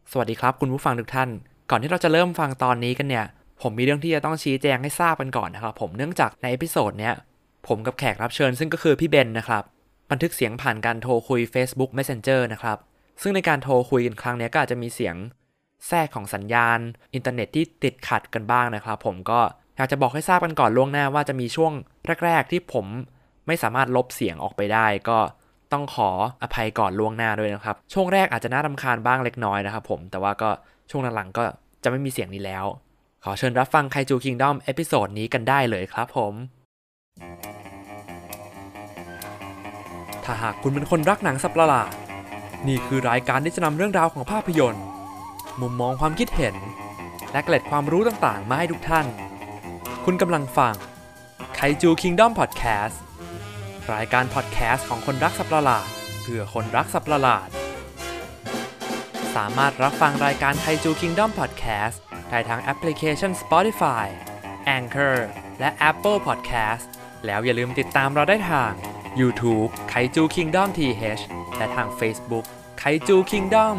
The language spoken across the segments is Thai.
สวัสดีครับคุณผู้ฟังทุกท่านก่อนที่เราจะเริ่มฟังตอนนี้กันเนี่ยผมมีเรื่องที่จะต้องชี้แจงให้ทราบกันก่อนนะครับผมเนื่องจากในเอพิโซดเนี้ยผมกับแขกรับเชิญซึ่งก็คือพี่เบนนะครับบันทึกเสียงผ่านการโทรคุย Facebook Messenger นะครับซึ่งในการโทรคุยกันครั้งนี้ก็อาจจะมีเสียงแทรกของสัญญาณอินเทอร์เน็ตที่ติดขัดกันบ้างนะครับผมก็อยากจะบอกให้ทราบกันก่อนล่วงหน้าว่าจะมีช่วงแรกๆที่ผมไม่สามารถลบเสียงออกไปได้ก็ต้องขออภัยก่อนล่วงหน้าด้วยนะครับช่วงแรกอาจจะน่ารำคาญบ้างเล็กน้อยนะครับผมแต่ว่าก็ช่วงหลังๆก็จะไม่มีเสียงนี้แล้วขอเชิญรับฟังไคจูคิงดอมเอพิโซดนี้กันได้เลยครับผมถ้าหากคุณเป็นคนรักหนังสัตว์ประหลาดนี่คือรายการที่จะนำเรื่องราวของภาพยนตร์มุมมองความคิดเห็นและเกล็ดความรู้ต่างๆมาให้ทุกท่านคุณกำลังฟังไคจูคิงดอมพอดแคสต์รายการพอดแคสต์ของคนรักสัตว์ประหลาดเพื่อคนรักสัตว์ประหลาดสามารถรับฟังรายการไคจูคิงดอมพอดแคสต์ได้ทางแอปพลิเคชัน Spotify, Anchor และ Apple Podcast แล้วอย่าลืมติดตามเราได้ทาง YouTube Kaiju Kingdom TH และทาง Facebook Kaiju Kingdom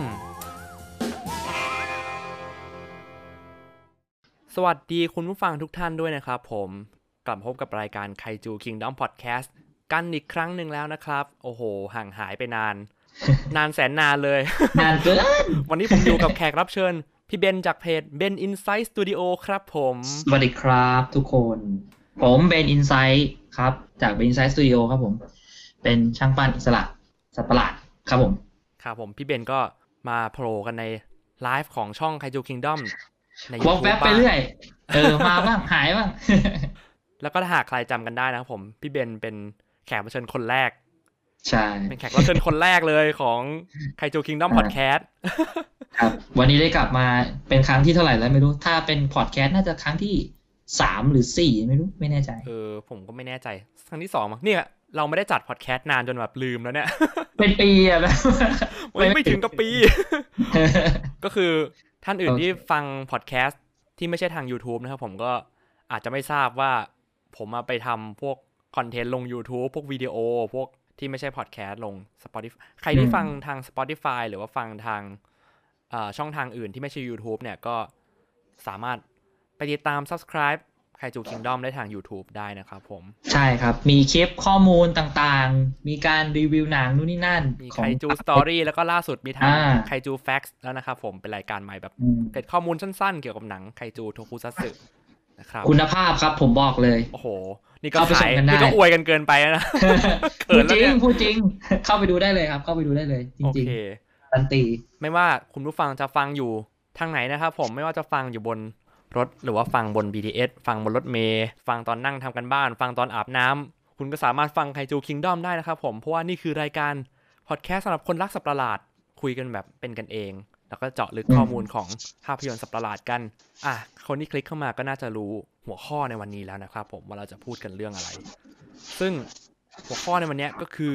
สวัสดีคุณผู้ฟังทุกท่านด้วยนะครับผมกลับมาพบกับรายการ Kaiju Kingdom Podcast กันอีกครั้งหนึ่งแล้วนะครับโอ้โหห่างหายไปนานแสนนานเลยนานเกินวันนี้ผมอยู่กับแขกรับเชิญพี่เบนจากเพจ Ben Insight Studio ครับผมสวัสดีครับทุกคนผมเบนอินไซต์ครับจาก Ben Insight Studio ครับผมเป็นช่างปั้นอิสระสัตว์ประหลาดครับผมครับผมพี่เบนก็มาโผล่กันในไลฟ์ของช่อง Kaiju Kingdom ในวอล์ก YouTube แวบไปเรื่อยมาบ้างหายบ้างแล้วก็ถ้าหากใครจำกันได้นะครับผมพี่เบนเป็นแขกรับเชิญคนแรกใช่เป็นแขกรับเชิญคนแรกเลยของ Kaiju Kingdom Podcast ครับวันนี้ได้กลับมาเป็นครั้งที่เท่าไหร่แล้วไม่รู้ถ้าเป็นพอดแคสต์น่าจะครั้งที่3หรือ4ไม่รู้ไม่แน่ใจผมก็ไม่แน่ใจครั้งที่2มั้งเนี่ยเราไม่ได้จัดพอดแคสต์นานจนแบบลืมแล้วเนี่ยเป็นปีอะแบบไม่ถึงกับปี ก็คือท่านอื่นที่ฟังพอดแคสต์ที่ไม่ใช่ทาง YouTube นะครับผมก็อาจจะไม่ทราบว่าผมไปทำพวกคอนเทนต์ลง YouTube พวกวิดีโอพวกที่ไม่ใช่พอดแคสต์ลง Spotify ใครที่ฟังทาง Spotify หรือว่าฟังทางช่องทางอื่นที่ไม่ใช่ YouTube เนี่ยก็สามารถไปติดตาม Subscribe Kaiju Kingdom ได้ทาง YouTube ได้นะครับผมใช่ครับมีคลิปข้อมูลต่างๆมีการรีวิวหนังนู่นนี่นั่นมี Kaiju Story แล้วก็ล่าสุดมีทาง Kaiju Facts แล้วนะครับผมเป็นรายการใหม่แบบเก็บข้อมูลสั้นๆเกี่ยวกับหนัง Kaiju Tokusatsu นะครับคุณภาพครับผมบอกเลยโอ้โหนี่ก็ขายนี่ก็อวยกันเกินไปนะเขินแล้วเนี่ยพูดจริงเข้าไปดูได้เลยครับเข้าไปดูได้เลยจริงๆตันตีไม่ว่าคุณผู้ฟังจะฟังอยู่ทางไหนนะครับผมไม่ว่าจะฟังอยู่บนรถหรือว่าฟังบน BTS ฟังบนรถเมล์ฟังตอนนั่งทำกันบ้านฟังตอนอาบน้ำคุณก็สามารถฟัง Kaiju Kingdom ได้นะครับผมเพราะว่านี่คือรายการพอดแคสต์สำหรับคนรักสัตว์ประหลาดคุยกันแบบเป็นกันเองแล้วก็เจาะลึกข้อมูลของภาพยนตร์สัตว์ประหลาดกันคนที่คลิกเข้ามาก็น่าจะรู้หัวข้อในวันนี้แล้วนะครับผมว่าเราจะพูดกันเรื่องอะไรซึ่งหัวข้อในวันนี้ก็คือ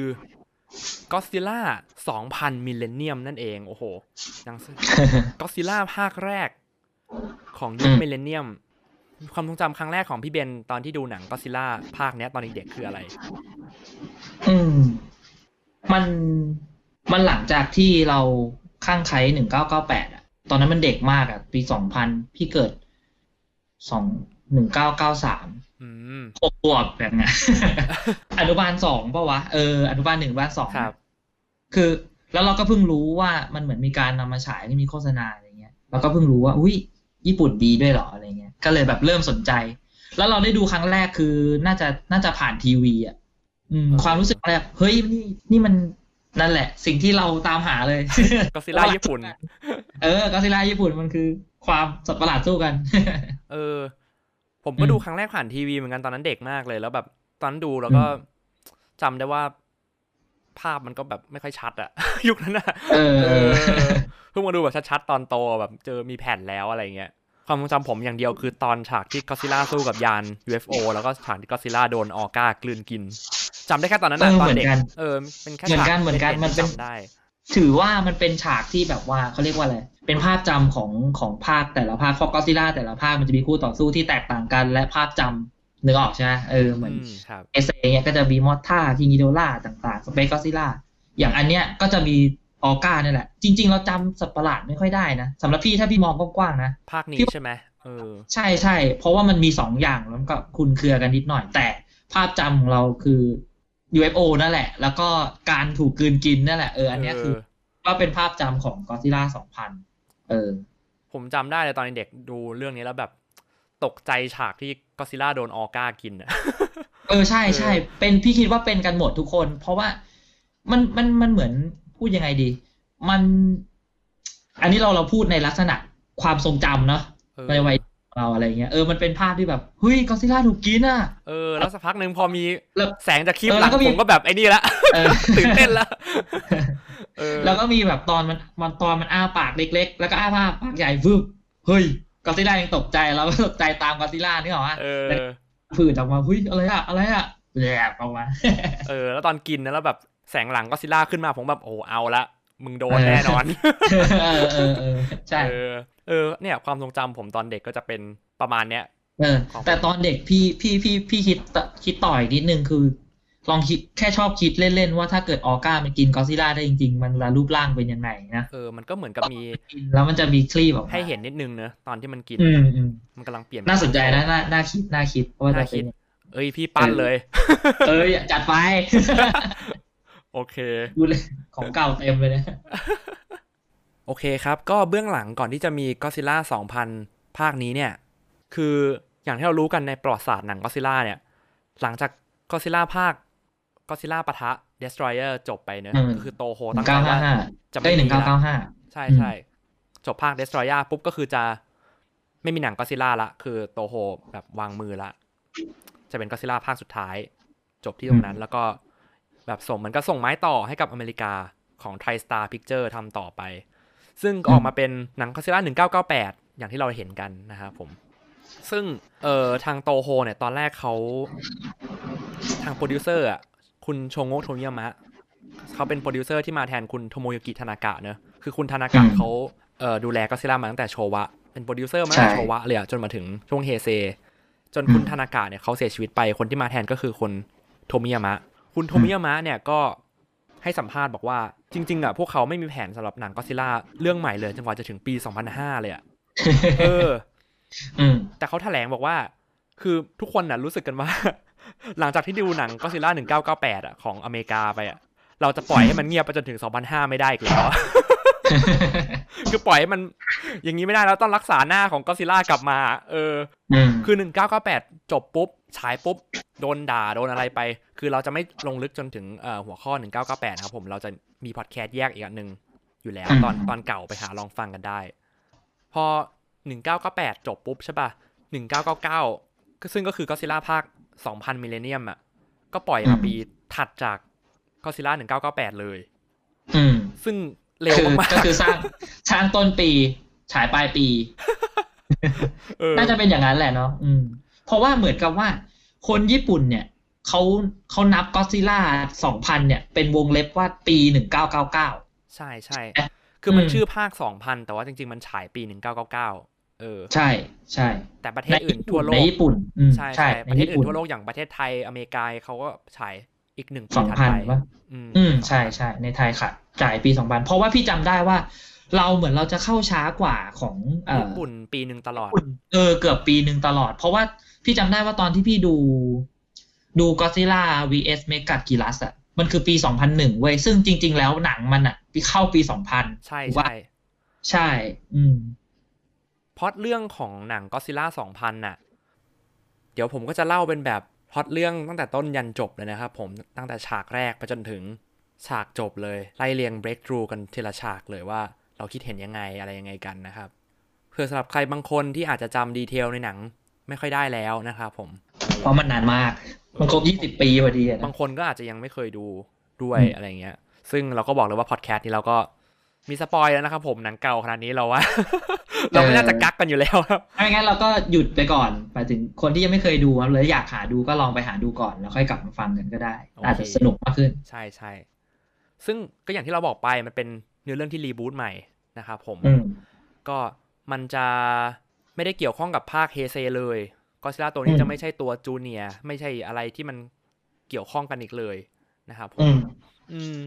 Godzilla 2000 Millennium นั่นเองโอ้โหGodzilla ภาคแรกของยุคมิลเลนเนียมความทรงจำครั้งแรกของพี่เบนตอนที่ดูหนังก็อดซิลล่าภาคนี้ตอนเด็กๆคืออะไรมันหลังจากที่เราข้างไค1998อ่ะตอนนั้นมันเด็กมากอ่ะปี2000พี่เกิด19936 ขวบแบบนี้ อนุบาล2ป่ะวะอนุบาล1อนุบาล2 ครับคือแล้วเราก็เพิ่งรู้ว่ามันเหมือนมีการนำมาฉายที่มีโฆษณาอะไรเงี้ยเราก็เพิ่งรู้ว่าอุ้ยญี่ปุ่นดีด้วยหรออะไรเงี้ยก็เลยแบบเริ่มสนใจแล้วเราได้ดูครั้งแรกคือน่าจะผ่านทีวีอ่ะความรู้สึกแรกเฮ้ยนี่มันนั่นแหละสิ่งที่เราตามหาเลยก็อดซิลล่าญี่ปุ่นก็อดซิลล่าญี่ปุ่นมันคือความสัตว์ประหลาดสู้กันผมก็ดูครั้งแรกผ่านทีวีเหมือนกันตอนนั้นเด็กมากเลยแล้วแบบตอนนั้นดูแล้วก็จำได้ว่าภาพมันก็แบบไม่ค่อยชัดอะยุคนั้นอะเพิ่งมาดูแบบชัดๆตอนโตแบบเจอมีแผ่นแล้วอะไรเงี้ยความทรงจำผมอย่างเดียวคือตอนฉากที่ก็อดซิลล่าสู้กับยาน UFO แล้วก็ฉากที่ก็อดซิลล่าโดนออก้ากลืนกินจำได้แค่ตอนนั้นตอนเด็กเป็นแค่ฉากเหมือนกันมันเป็นถือว่ามันเป็นฉากที่แบบว่าเขาเรียกว่าอะไรเป็นภาพจำของภาคแต่ละภาคของก็อดซิลล่าแต่ละภาคมันจะมีคู่ต่อสู้ที่แตกต่างกันและภาพจำนึกออกใช่ไหมเหมือนเอเซเนี่ยก็จะมีมอสท่าคิงิโดล่าต่างๆสเปซก็อดซิลล่าอย่างอันเนี้ยก็จะมีออก้าเนี่ยแหละจริงๆเราจำสัตว์ประหลาดไม่ค่อยได้นะสำหรับพี่ถ้าพี่มองกว้างๆนะภาคนี้ใช่ไหมใช่ใช่เพราะว่ามันมี2อย่างแล้วก็คลุมเครือกันนิดหน่อยแต่ภาพจำของเราคือ UFO นั่นแหละแล้วก็การถูกกลืนกินนั่นแหละอันเนี้ยคือก็เป็นภาพจำของ Godzilla 2000 ผมจำได้เลยตอนเด็กดูเรื่องนี้แล้วแบบตกใจฉากที่ก็อดซิลล่าโดนออก้ากินอ่ะใช่ใช่เป็นพี่คิดว่าเป็นกันหมดทุกคนเพราะว่ามันเหมือนพูดยังไงดีมันอันนี้เราพูดในลักษณะความทรงจำเนาะในวัยเราอะไรเงี้ยมันเป็นภาพที่แบบเฮ้ยก็อดซิลล่าถูกกินอ่ะแล้วสักพักหนึ่งพอมีแสงจากคลิปหลังผมก็แบบไอ้นี่ละตื่นเต้นละแล้วก็มีแบบตอนมันอ้าปากเล็กๆแล้วก็อ้าปากใหญ่วึบเฮ้ยก็อดซิลล่ายังตกใจเราก็ตกใจตามก็อดซิลล่านี่หรอวะผื่นออกมาเฮ้ยอะไรอะแหลบออกมาแล้วตอนกินนะแล้วแบบแสงหลังก็อดซิลล่าขึ้นมาผมแบบโอ้เอาละมึงโดนแน่นอนใช่เนี่ยความทรงจำผมตอนเด็กก็จะเป็นประมาณเนี้ยแต่ตอนเด็กพี่คิดต่ออีกนิดนึงคือลองคิดแค่ชอบคิดเล่นๆว่าถ้าเกิดออก้ามันกินก็อดซิลล่าได้จริงๆมันละรูปร่างเป็นยังไงนะมันก็เหมือนกับมีแล้วมันจะมีคลีบออกมาให้เห็นนิดนึงเนอะตอนที่มันกินมันกำลังเปลี่ยนน่าสนใจนะน่าคิดว่าจะเป็นพี่ปั้นเลยจัดไปโอเคดูเลยของเก่าเต็มเลยนะโอเคครับก็เบื้องหลังก่อนที่จะมี Godzilla 2000 ภาคนี้เนี่ยคืออย่างที่เรารู้กันในประวัติศาสตร์หนัง Godzilla เนี่ยหลังจาก Godzilla ภาค Godzilla ปะทะ Destroyer จบไปเนอะก็คือโตโฮตั้งใจว่าจะไม่มีแล้วใช่จบภาค Destroyer ปุ๊บก็คือจะไม่มีหนัง Godzilla ละคือโตโฮแบบวางมือละจะเป็น Godzilla ภาคสุดท้ายจบที่ตรงนั้นแล้วก็แบบมันก็ส่งไม้ต่อให้กับอเมริกาของ TriStar Picture ทำต่อไปซึ่งออกมาเป็นหนัง Godzilla 1998อย่างที่เราเห็นกันนะครับผมซึ่งทางโตโฮเนี่ยตอนแรกเขาทางโปรดิวเซอร์อ่ะคุณโชโงะโทมิยามะเขาเป็นโปรดิวเซอร์ที่มาแทนคุณโทโมยุกิทานากะเนอะคือคุณทานากะเขาดูแล Godzilla มาตั้งแต่โชวะเป็นโปรดิวเซอร์มาตั้งแต่โชวะเลยจนมาถึงช่วงเฮเซจนคุณทานากะเนี่ยเขาเสียชีวิตไปคนที่มาแทนก็คือคนโทมิยามะคุณโทมิยามะเนี่ยก็ให้สัมภาษณ์บอกว่าจริงๆอ่ะพวกเขาไม่มีแผนสำหรับหนังก็อดซิลล่าเรื่องใหม่เลยจนกว่าจะถึงปี2005เลยอ่ะแต่เขาแถลงบอกว่าคือทุกคนน่ะรู้สึกกันว่าหลังจากที่ดูหนังก็อดซิลล่า1998อ่ะของอเมริกาไปอ่ะเราจะปล่อยให้มันเงียบไปจนถึง2005ไม่ได้อีกแล้ว คือปล่อยให้มันอย่างนี้ไม่ได้แล้วต้องรักษาหน้าของก็อดซิลล่ากลับมาคือ1998จบปุ๊บฉายปุ๊บโดนด่าโดนอะไรไปคือเราจะไม่ลงลึกจนถึงหัวข้อ1998ครับผมเราจะมีพอดแคสต์แยกอีกอันนึงอยู่แล้วตอนเก่าไปหาลองฟังกันได้พอ1998จบปุ๊บใช่ป่ะ1999ซึ่งก็คือก็อดซิลล่าภาค2000มิลเลนเนียมอ่ะก็ปล่อยมาปีถัดจากก็อดซิลล่า1998เลยซึ่งเร็วมากก็คือสร้างต้นปีฉายปลายปี น่าจะเป็นอย่างนั้นแหละเนาะเพราะว่าเหมือนกับว่าคนญี่ปุ่นเนี่ยเขานับก็อดซิลล่า2000เนี่ยเป็นวงเล็บว่าปี1999 ใช่คือมันชื่อภาค2000แต่ว่าจริงๆมันฉายปี1999 ใช่แต่ประเทศอื่นทั่วโลกในญี่ปุ่นใช่ประเทศอื่นทั่วโลกอย่างประเทศไทยอเมริกาเขาก็ฉายอีก1ปีถัดไปใช่ในไทยค่ะจ่ายปี2000เพราะว่าพี่จำได้ว่าเราเหมือนเราจะเข้าช้ากว่าของญี่ปุ่นปีนึงตลอดเกือบปีนึงตลอดเพราะว่าพี่จำได้ว่าตอนที่พี่ดู Godzilla vs Megaguirus อ่ะมันคือปี2001เว้ยซึ่งจริงๆแล้วหนังมันอ่ะเข้าปี2000 ใช่พล็อตเรื่องของหนัง Godzilla 2000น่ะเดี๋ยวผมก็จะเล่าเป็นแบบพล็อตเรื่องตั้งแต่ต้นยันจบเลยนะครับผมตั้งแต่ฉากแรกไปจนถึงฉากจบเลยไล่เรียง breakthrough กันทีละฉากเลยว่าเราคิดเห็นยังไงอะไรยังไงกันนะครับเพื่อสำหรับใครบางคนที่อาจจะจำดีเทลในหนังไม่ค่อยได้แล้วนะครับผมเพราะมันนานมากมันครบ20ปีพอดีนะบางคนก็อาจจะยังไม่เคยดูด้วยอะไรเงี้ยซึ่งเราก็บอกเลยว่าพอดแคสต์นี้เราก็มีสปอยแล้วนะครับผมหนังเก่าขนาดนี้เราว่า เราไม่น่าจะกักกันอยู่แล้วครับไม่งั้นเราก็หยุดไปก่อนไปถึงคนที่ยังไม่เคยดูเลยอยากหาดูก็ลองไปหาดูก่อนแล้วค่อยกลับมาฟังกันก็ได้อาจจะสนุกมากขึ้นใช่ซึ่งก็อย่างที่เราบอกไปมันเป็นเนื้อเรื่องที่รีบูทใหม่นะครับผมก็มันจะไม่ได้เกี่ยวข้องกับภาคเฮเซเลยก็อดซิลล่าตัวนี้จะไม่ใช่ตัวจูเนียร์ไม่ใช่อะไรที่มันเกี่ยวข้องกันอีกเลยนะครับผม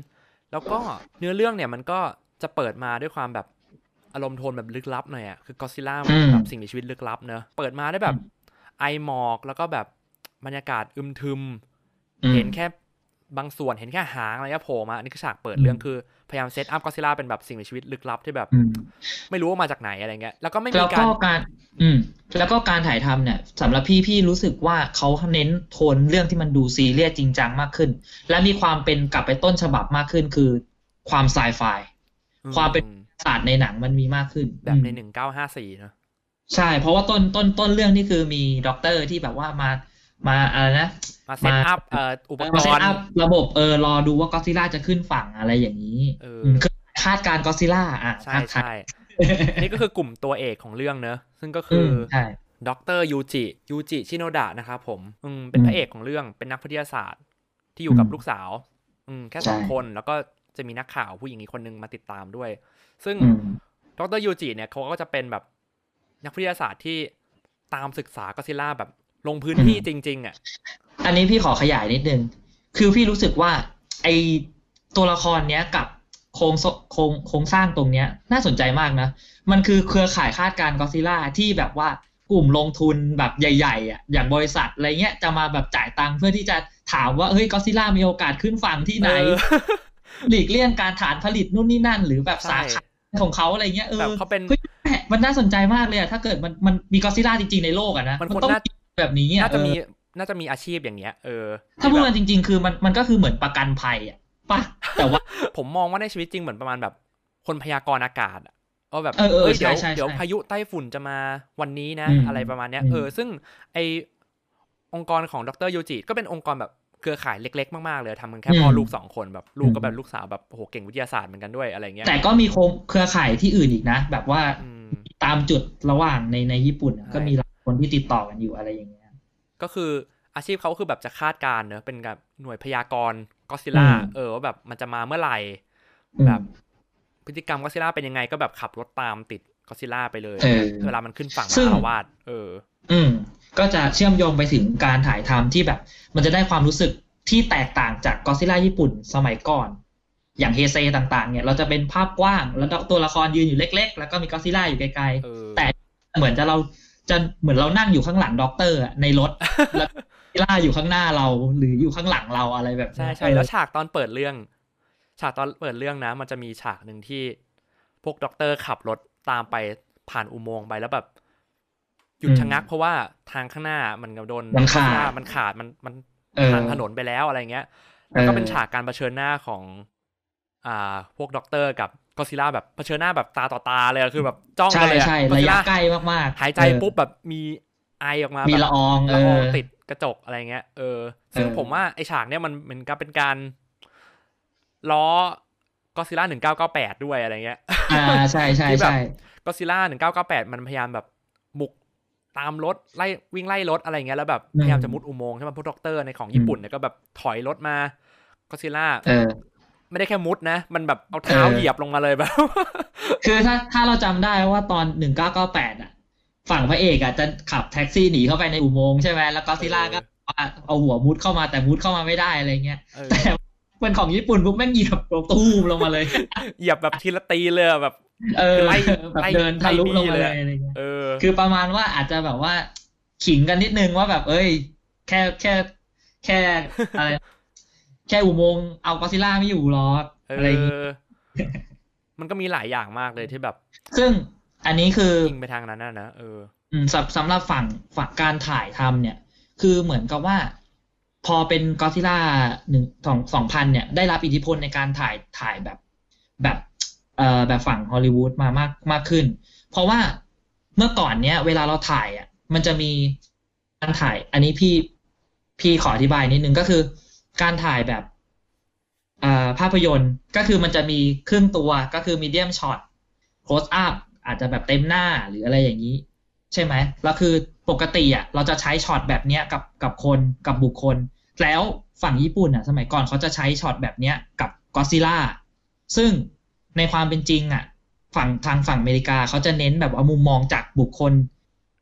แล้วก็เนื้อเรื่องเนี่ยมันก็จะเปิดมาด้วยความแบบอารมณ์โทนแบบลึกลับหน่อยอ่ะคือกอซิลล่ามันเป็นแบบสิ่งมีชีวิตลึกลับเนอะเปิดมาได้แบบไอหมอกแล้วก็แบบบรรยากาศอึมทึมเห็นแค่บางส่วนเห็นแค่หางอะไรก็โผล่มาอันนี้คือฉากเปิดเรื่องคือพยายามเซตอัพกอซิลล่าเป็นแบบสิ่งมีชีวิตลึกลับที่แบบไม่รู้ว่ามาจากไหนอะไรเงี้ยแล้วก็ไม่มีการแล้วก็การถ่ายทำเนี่ยสำหรับพี่รู้สึกว่าเขาเน้นโทนเรื่องที่มันดูซีเรียสจริงจังมากขึ้นและมีความเป็นกลับไปต้นฉบับมากขึ้นคือความไซไฟความเป็นศาสตร์ในหนังมันมีมากขึ้นแบบใน1954เนอะใช่เพราะว่าต้นเรื่องนี่คือมีด็อกเตอร์ที่แบบว่ามาอะไรนะมาเซตอัพอุปกรณ์มาเซตอัพระบบรอดูว่าก็อดซิลล่าจะขึ้นฝั่งอะไรอย่างนี้คือคาดการก็อดซิลล่าใช่นี่ก็คือกลุ่มตัวเอกของเรื่องเนอะซึ่งก็คือด็อกเตอร์ยูจิชิโนดะนะครับผมเป็นพระเอกของเรื่องเป็นนักวิทยาศาสตร์ที่อยู่กับลูกสาวแค่2คนแล้วก็จะมีนักข่าวผู้หญิงอีกคนนึงมาติดตามด้วยซึ่งดร.ยูจิเนี่ยเขาก็จะเป็นแบบนักวิทยาศาสตร์ที่ตามศึกษาก็อดซิลล่าแบบลงพื้นที่จริงๆอ่ะอันนี้พี่ขอขยายนิดนึงคือพี่รู้สึกว่าไอตัวละครเนี้ยกับโครงสร้างตรงเนี้ยน่าสนใจมากนะมันคือเครือข่ายคาดการณ์ก็อดซิลล่าที่แบบว่ากลุ่มลงทุนแบบใหญ่ๆอ่ะอย่างบริษัทอะไรเงี้ยจะมาแบบจ่ายตังค์เพื่อที่จะถามว่าเฮ้ยก็อดซิลล่ามีโอกาสขึ้นฝั่งที่ไหน หลีกเลี่ยงการฐานผลิตนู่นนี่นั่นหรือแบบสาขาของเขาอะไรเงี้ยแบบเขาเป็นมันน่าสนใจมากเลยถ้าเกิดมันมีก็อดซิลล่าจริงๆในโลกอะนะมันต้องแบบนี้น่าจะมีอาชีพอย่างเงี้ยถ้าพูดกันจริงๆคือมันก็คือเหมือนประกันภัยอ่ะป่ะแต่ว่าผมมองว่าในชีวิตจริงเหมือนประมาณแบบคนพยากรณ์อากาศแบบเดี๋ยวพายุไต้ฝุ่นจะมาวันนี้นะอะไรประมาณเนี้ยซึ่งไอองค์กรของดร.ยูจิก็เป็นองค์กรแบบเครือข่ายเล็กๆมากๆเลยทำกันแค่พ่อลูก2คนแบบลูกก็แบบลูกสาวแบบโอ้โหเก่งวิทยาศาสตร์เหมือนกันด้วยอะไรเงี้ยแต่ก็มีเครือข่ายที่อื่นอีกนะแบบว่าตามจุดระหว่างในญี่ปุ่นก็มีหลายคนที่ติดต่อกันอยู่อะไรอย่างเงี้ยก็คืออาชีพเขาคือแบบจะคาดการณ์เนอะเป็นแบบหน่วยพยากรณ์ก็อดซิลล่าว่าแบบมันจะมาเมื่อไหร่แบบพฤติกรรมก็อดซิลล่าเป็นยังไงก็แบบขับรถตามติดก็อดซิลล่าไปเลยเวลามันขึ้นฝั่งมาอาวาสก็จะเชื่อมโยงไปถึงการถ่ายทำที่แบบมันจะได้ความรู้สึกที่แตกต่างจากก็อดซิลล่าญี่ปุ่นสมัยก่อนอย่างเฮเซต่างๆเนี่ยเราจะเป็นภาพกว้างแล้วตัวละครยืนอยู่เล็กๆแล้วก็มีก็อดซิลล่าอยู่ไกลๆแต่เหมือนเรานั่งอยู่ข้างหลังด็อกเตอร์ในรถแล้วก็อดซิลล่าอยู่ข้างหน้าเราหรืออยู่ข้างหลังเราอะไรแบบนี้ใช่แล้วฉากตอนเปิดเรื่องนะมันจะมีฉากนึงที่พวกด็อกเตอร์ขับรถตามไปผ่านอุโมงค์ไปแล้วแบบหยุดชะงักเพราะว่าทางข้างหน้ามันโดนมันขาดมันทางถนนไปแล้วอะไรเงี้ยแล้วก็เป็นฉากการเผชิญหน้าของพวกด็อกเตอร์กับก็อดซิลล่าแบบเผชิญหน้าแบบตาต่อตาเลยคือแบบจ้องกันเลยใช่ระยะใกล้มากๆหายใจปุ๊บแบบมีไอออกมามีละอองติดกระจกอะไรเงี้ยซึ่งผมว่าไอฉากเนี้ยมันเหมือนกับเป็นการล้อก็อดซิลล่า1998ด้วยอะไรเงี้ยใช่ๆๆก็อดซิลล่า1998มันพยายามแบบบุกตามรถวิ่งไล่รถอะไรเงี้ยแล้วแบบพยายามจะมุดอุโมงค์ใช่มั้ยพวกด็อกเตอร์ในของญี่ปุ่นเนี่ยก็แบบถอยรถมาก็อดซิลล่าไม่ได้แค่มุดนะมันแบบเอาเท้าเหยียบลงมาเลยแบบคือถ้าเราจำได้ว่าตอน1998ฝั่งพระเอกจะขับแท็กซี่หนีเข้าไปในอุโมงค์ใช่ไหมแล้วก็อดซิลล่าก็เอาหัวมุดเข้ามาแต่มุดเข้ามาไม่ได้อะไรเงี้ยแต่เป็นของญี่ปุ่นปุ๊บแม่งเหยียบตู้มลงมาเลยเหยียบแบบทีละตีเลยแบบไล่เดินทะลุลงมาเลยอะไรเงี้ยคือประมาณว่าอาจจะแบบว่าขิงกันนิดนึงว่าแบบแค่อะไรแค่อุโมงค์เอาก็อดซิลล่าไม่อยู่หรอกอะไรอย่างงี้มันก็มีหลายอย่างมากเลยที่แบบซึ่งอันนี้คือยิงไปทางนั้นนะสำหรับฝั่งการถ่ายทำเนี่ยคือเหมือนกับว่าพอเป็นก็อดซิลล่า2000เนี่ยได้รับอิทธิพลในการถ่ายแบบฝั่งฮอลลีวูดมากขึ้นเพราะว่าเมื่อก่อนเนี้ยเวลาเราถ่ายมันจะมีการถ่ายอันนี้พี่ขออธิบายนิดนึงก็คือการถ่ายแบบภาพยนตร์ก็คือมันจะมีครึ่งตัวก็คือมีเดียมช็อตโคลสอัพอาจจะแบบเต็มหน้าหรืออะไรอย่างนี้ใช่ไหมแล้วคือปกติเราจะใช้ช็อตแบบเนี้ยกับคนกับบุคคลแล้วฝั่งญี่ปุ่นสมัยก่อนเขาจะใช้ช็อตแบบเนี้ยกับก็อดซิลล่าซึ่งในความเป็นจริงฝั่งอเมริกาเขาจะเน้นแบบว่ามุมมองจากบุคคล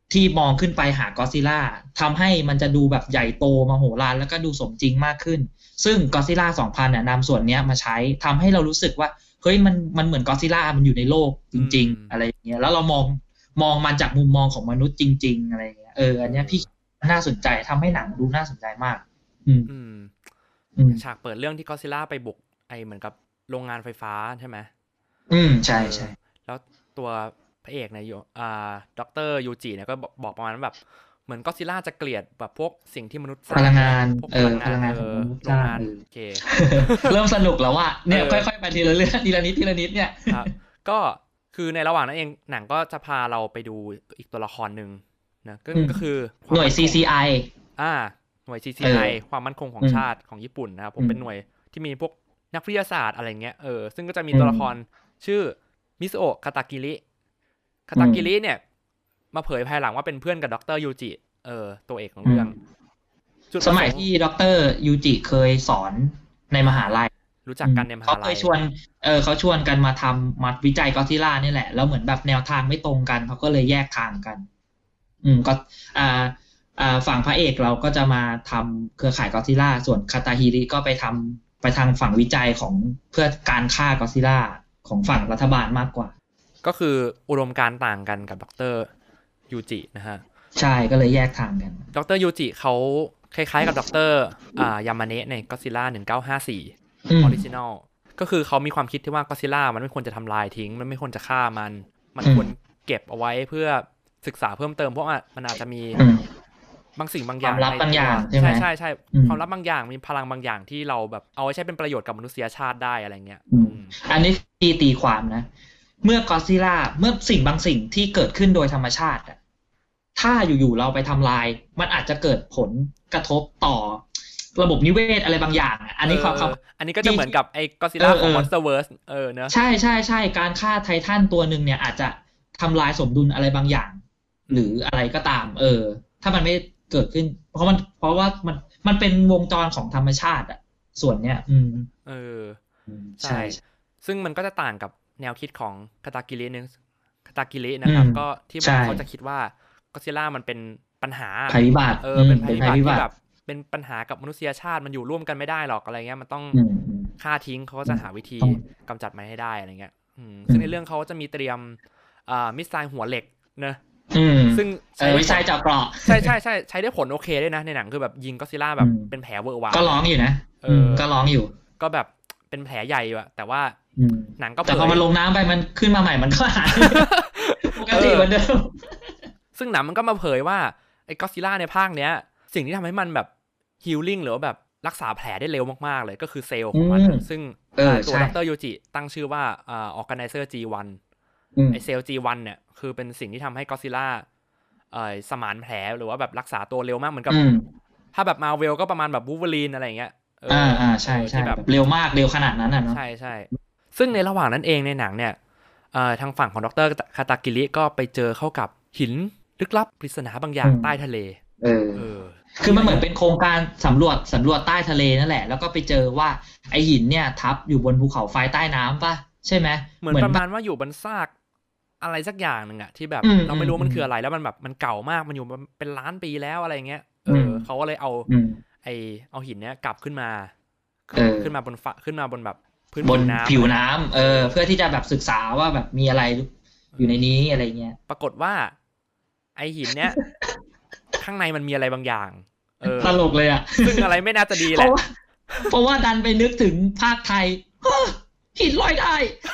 ที่มองขึ้นไปหากอดซิลล่าทำให้มันจะดูแบบใหญ่โตมโหฬารแล้วก็ดูสมจริงมากขึ้นซึ่งก็อดซิลล่า2000เนี่ยนำส่วนเนี้ยมาใช้ทำให้เรารู้สึกว่าเฮ้ยมันเหมือนก็อดซิลล่ามันอยู่ในโลกจริงๆอะไรอย่างเงี้ยแล้วเรามองมันจากมุมมองของมนุษย์จริงๆอะไรอย่างเงี้ยอันเนี้ยพี่น่าสนใจทำให้หนังดูน่าสนใจมากฉากเปิดเรื่องที่ก็อดซิลล่าไปบุกเหมือนกับโรงงานไฟฟ้าใช่ไหมใช่ใช่แล้วตัวพระเอกเนี่ยด็อกเตอร์ยูจิเนี่ยก็บอกประมาณแบบเหมือนก็อดซิลล่าจะเกลียดแบบพวกสิ่งที่มนุษย์สร้างพลังงานพลังงานของมนุษย์โรงงานโอเคเริ่มสนุกแล้วว่ะเนี่ยค่อยๆไปทีละเรื่องทีละนิดเนี่ยครับก็คือในระหว่างนั้นเองหนังก็จะพาเราไปดูอีกตัวละครหนึ่งนะก็คือหน่วย CCI หน่วย CCI ความมั่นคงของชาติของญี่ปุ่นนะครับผมเป็นหน่วยที่มีพวกนักวิทยาศาสตร์อะไรเงี้ยซึ่งก็จะมีตัวละครชื่อมิซุโอะคาตากิริเนี่ยมาเผยภายหลังว่าเป็นเพื่อนกับดรยูจิตัวเอกของเรื่องสมัยที่ดรยูจิเคยสอนในมหาลัยรู้จักกันในมหาลัยเขาเคยชวนเขาชวนกันมาวิจัยก็อดซิลล่านี่แหละแล้วเหมือนแบบแนวทางไม่ตรงกันเขาก็เลยแยกทางกันก็ฝั่งพระเอกเราก็จะมาทำเครือข่ายก็อดซิลล่าส่วนคาตาฮิริก็ไปทางฝั่งวิจัยของเพื่อการฆ่าก็อดซิลล่าของฝั่งรัฐบาลมากกว่าก็คืออุดมการณ์ต่างกันกับดรยูจินะฮะใช่ก็เลยแยกทางกันดรยูจิเขาคล้ายๆกับดรยามาเนะในก็อดซิลล่า1954ออริจินอลก็คือเขามีความคิดที่ว่าก็อดซิลล่ามันไม่ควรจะทำลายทิ้งมันไม่ควรจะฆ่ามันควรเก็บเอาไว้เพื่อศึกษาเพิ่มเติมเพราะว่ามันอาจจะมีบางสิ่งบางอย่างความลับบางอย่างใช่ใช่ความลับบางอย่างมีพลังบางอย่างที่เราแบบเอาไว้ใช้เป็นประโยชน์กับมนุษยชาติได้อะไรเงี้ยอันนี้ตีความนะเมื่อก็อดซิลล่าเมื่อสิ่งบางสิ่งที่เกิดขึ้นโดยธรรมชาติถ้าอยู่ๆเราไปทำลายมันอาจจะเกิดผลกระทบต่อระบบนิเวศอะไรบางอย่างอันนี้อันนี้ก็จะเหมือนกับไอ้ก็อดซิลล่าของ Monsterverse เนอะใช่การฆ่าไททันตัวหนึ่งเนี่ยอาจจะทำลายสมดุลอะไรบางอย่างหรืออะไรก็ตามถ้ามันไม่เกิดขึ้นเพราะว่ามันเป็นวงจรของธรรมชาติส่วนเนี้ยใช่ซึ่งมันก็จะต่างกับแนวคิดของคาตากิรินะครับก็ที่เขาจะคิดว่าก็อดซิลล่ามันเป็นปัญหาภัยพิบัติเป็นภัยพิบัติที่แบบเป็นปัญหากับมนุษยชาติมันอยู่ร่วมกันไม่ได้หรอกอะไรเงี้ยมันต้องฆ่าทิ้งเขาก็จะหาวิธีกำจัดมันให้ได้อะไรเงี้ยซึ่งในเรื่องเขาจะมีเตรียมมิสไซล์หัวเหล็กนะซึ่งมิสไซล์เจาะเกราะใช่ใช้ได้ผลโอเคด้วยนะในหนังคือแบบยิงก็อดซิลล่าแบบเป็นแผลเวอะหวะก็ร้องอยู่นะก็ร้องอยู่ก็แบบเป็นแผลใหญ่อยู่แต่ว่าหนังก็แต่พอมันลงน้ำไปมันขึ้นมาใหม่มันก็หายปกติเหมือนเดิมซึ่งหนังมันก็มาเผยว่าไอ้ก็อดซิลล่าในภาคเนี้ยสิ่งที่ทำให้มันแบบฮีลลิ่งหรือว่าแบบรักษาแผลได้เร็วมากๆเลยก็คือเซลล์ของมันซึ่งตัวดรยูจิตั้งชื่อว่าOrganizer G1 ไอเซลล์ G1 เนี่ยคือเป็นสิ่งที่ทำให้ก็อดซิลล่าสมานแผลหรือว่าแบบรักษาตัวเร็วมากเหมือนกับถ้าแบบมาเวลก็ประมาณแบบวูล์ฟเวอรีนอะไรอย่างเงี้ยใช่แบบเร็วมากเร็วขนาดนั้นเนาะใช่ซึ่งในระหว่างนั้นเองในหนังเนี่ยทางฝั่งของดรคาตากิริก็ไปเจอเข้ากับหินลึกลับปริศนาบางอย่างใต้ทะเลคือมันเหมือนเป็นโครงการสำรวจใต้ทะเลนั่นแหละแล้วก็ไปเจอว่าไอหินเนี่ยทับอยู่บนภูเขาไฟใต้น้ำป่ะใช่ไหมเหมือนประมาณว่าอยู่บนซากอะไรสักอย่างหนึ่งอะที่แบบเราไม่รู้มันคืออะไรแล้วมันแบบมันเก่ามากมันอยู่เป็นล้านปีแล้วอะไรเงี้ยเขาก็เลยเอาหินเนี้ยกลับขึ้นมาบนแบบพื้นผิวน้ำเพื่อที่จะแบบศึกษาว่าแบบมีอะไรอยู่ในนี้อะไรเงี้ยปรากฏว่าไอหินเนี้ยข้างในมันมีอะไรบางอย่างตลกเลยอ่ะซึ่งอะไรไม่น่าจะดีแหละเพราะว่าดันไปนึกถึงภาคไทยหินลอยได้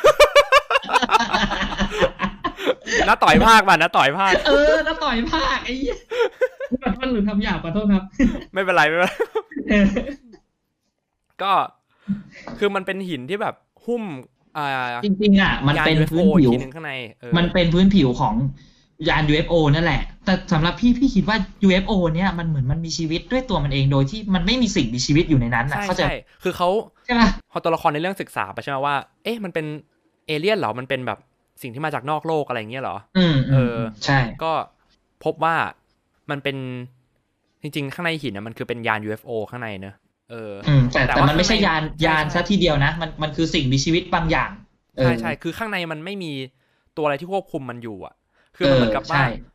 น้าต่อยภาคป่ะน้าต่อยภาคน้าต่อยภาคไอ้มันหรือทำหยาบขอโทษครับไม่เป็นไรก็คือมันเป็นหินที่แบบหุ้มจริงๆอ่ะมันเป็นพื้นผิวข้างในมันเป็นพื้นผิวของยาน UFO นั่นแหละแต่สำหรับพี่คิดว่า UFO เนี่ยมันเหมือนมันมีชีวิตด้วยตัวมันเองโดยที่มันไม่มีสิ่งมีชีวิตอยู่ในนั้นนะเข้าใจคือเขาใช่ป่ะพอตัวละครในเรื่องศึกษาไปใช่ไหมว่าเอ๊ะมันเป็นเอเลี่ยนเหรอมันเป็นแบบสิ่งที่มาจากนอกโลกอะไรอย่างเงี้ยเหรอใช่ก็พบว่ามันเป็นจริงๆข้างในหินนะมันคือเป็นยาน UFO ข้างในเนอะแต่มันไม่ใช่ยานซะทีเดียวนะมันคือสิ่งมีชีวิตบางอย่างใช่คือข้างในมันไม่มีตัวอะไรที่ควบคุมมันอยู่อ่ะคือมันเหมือนกับว่า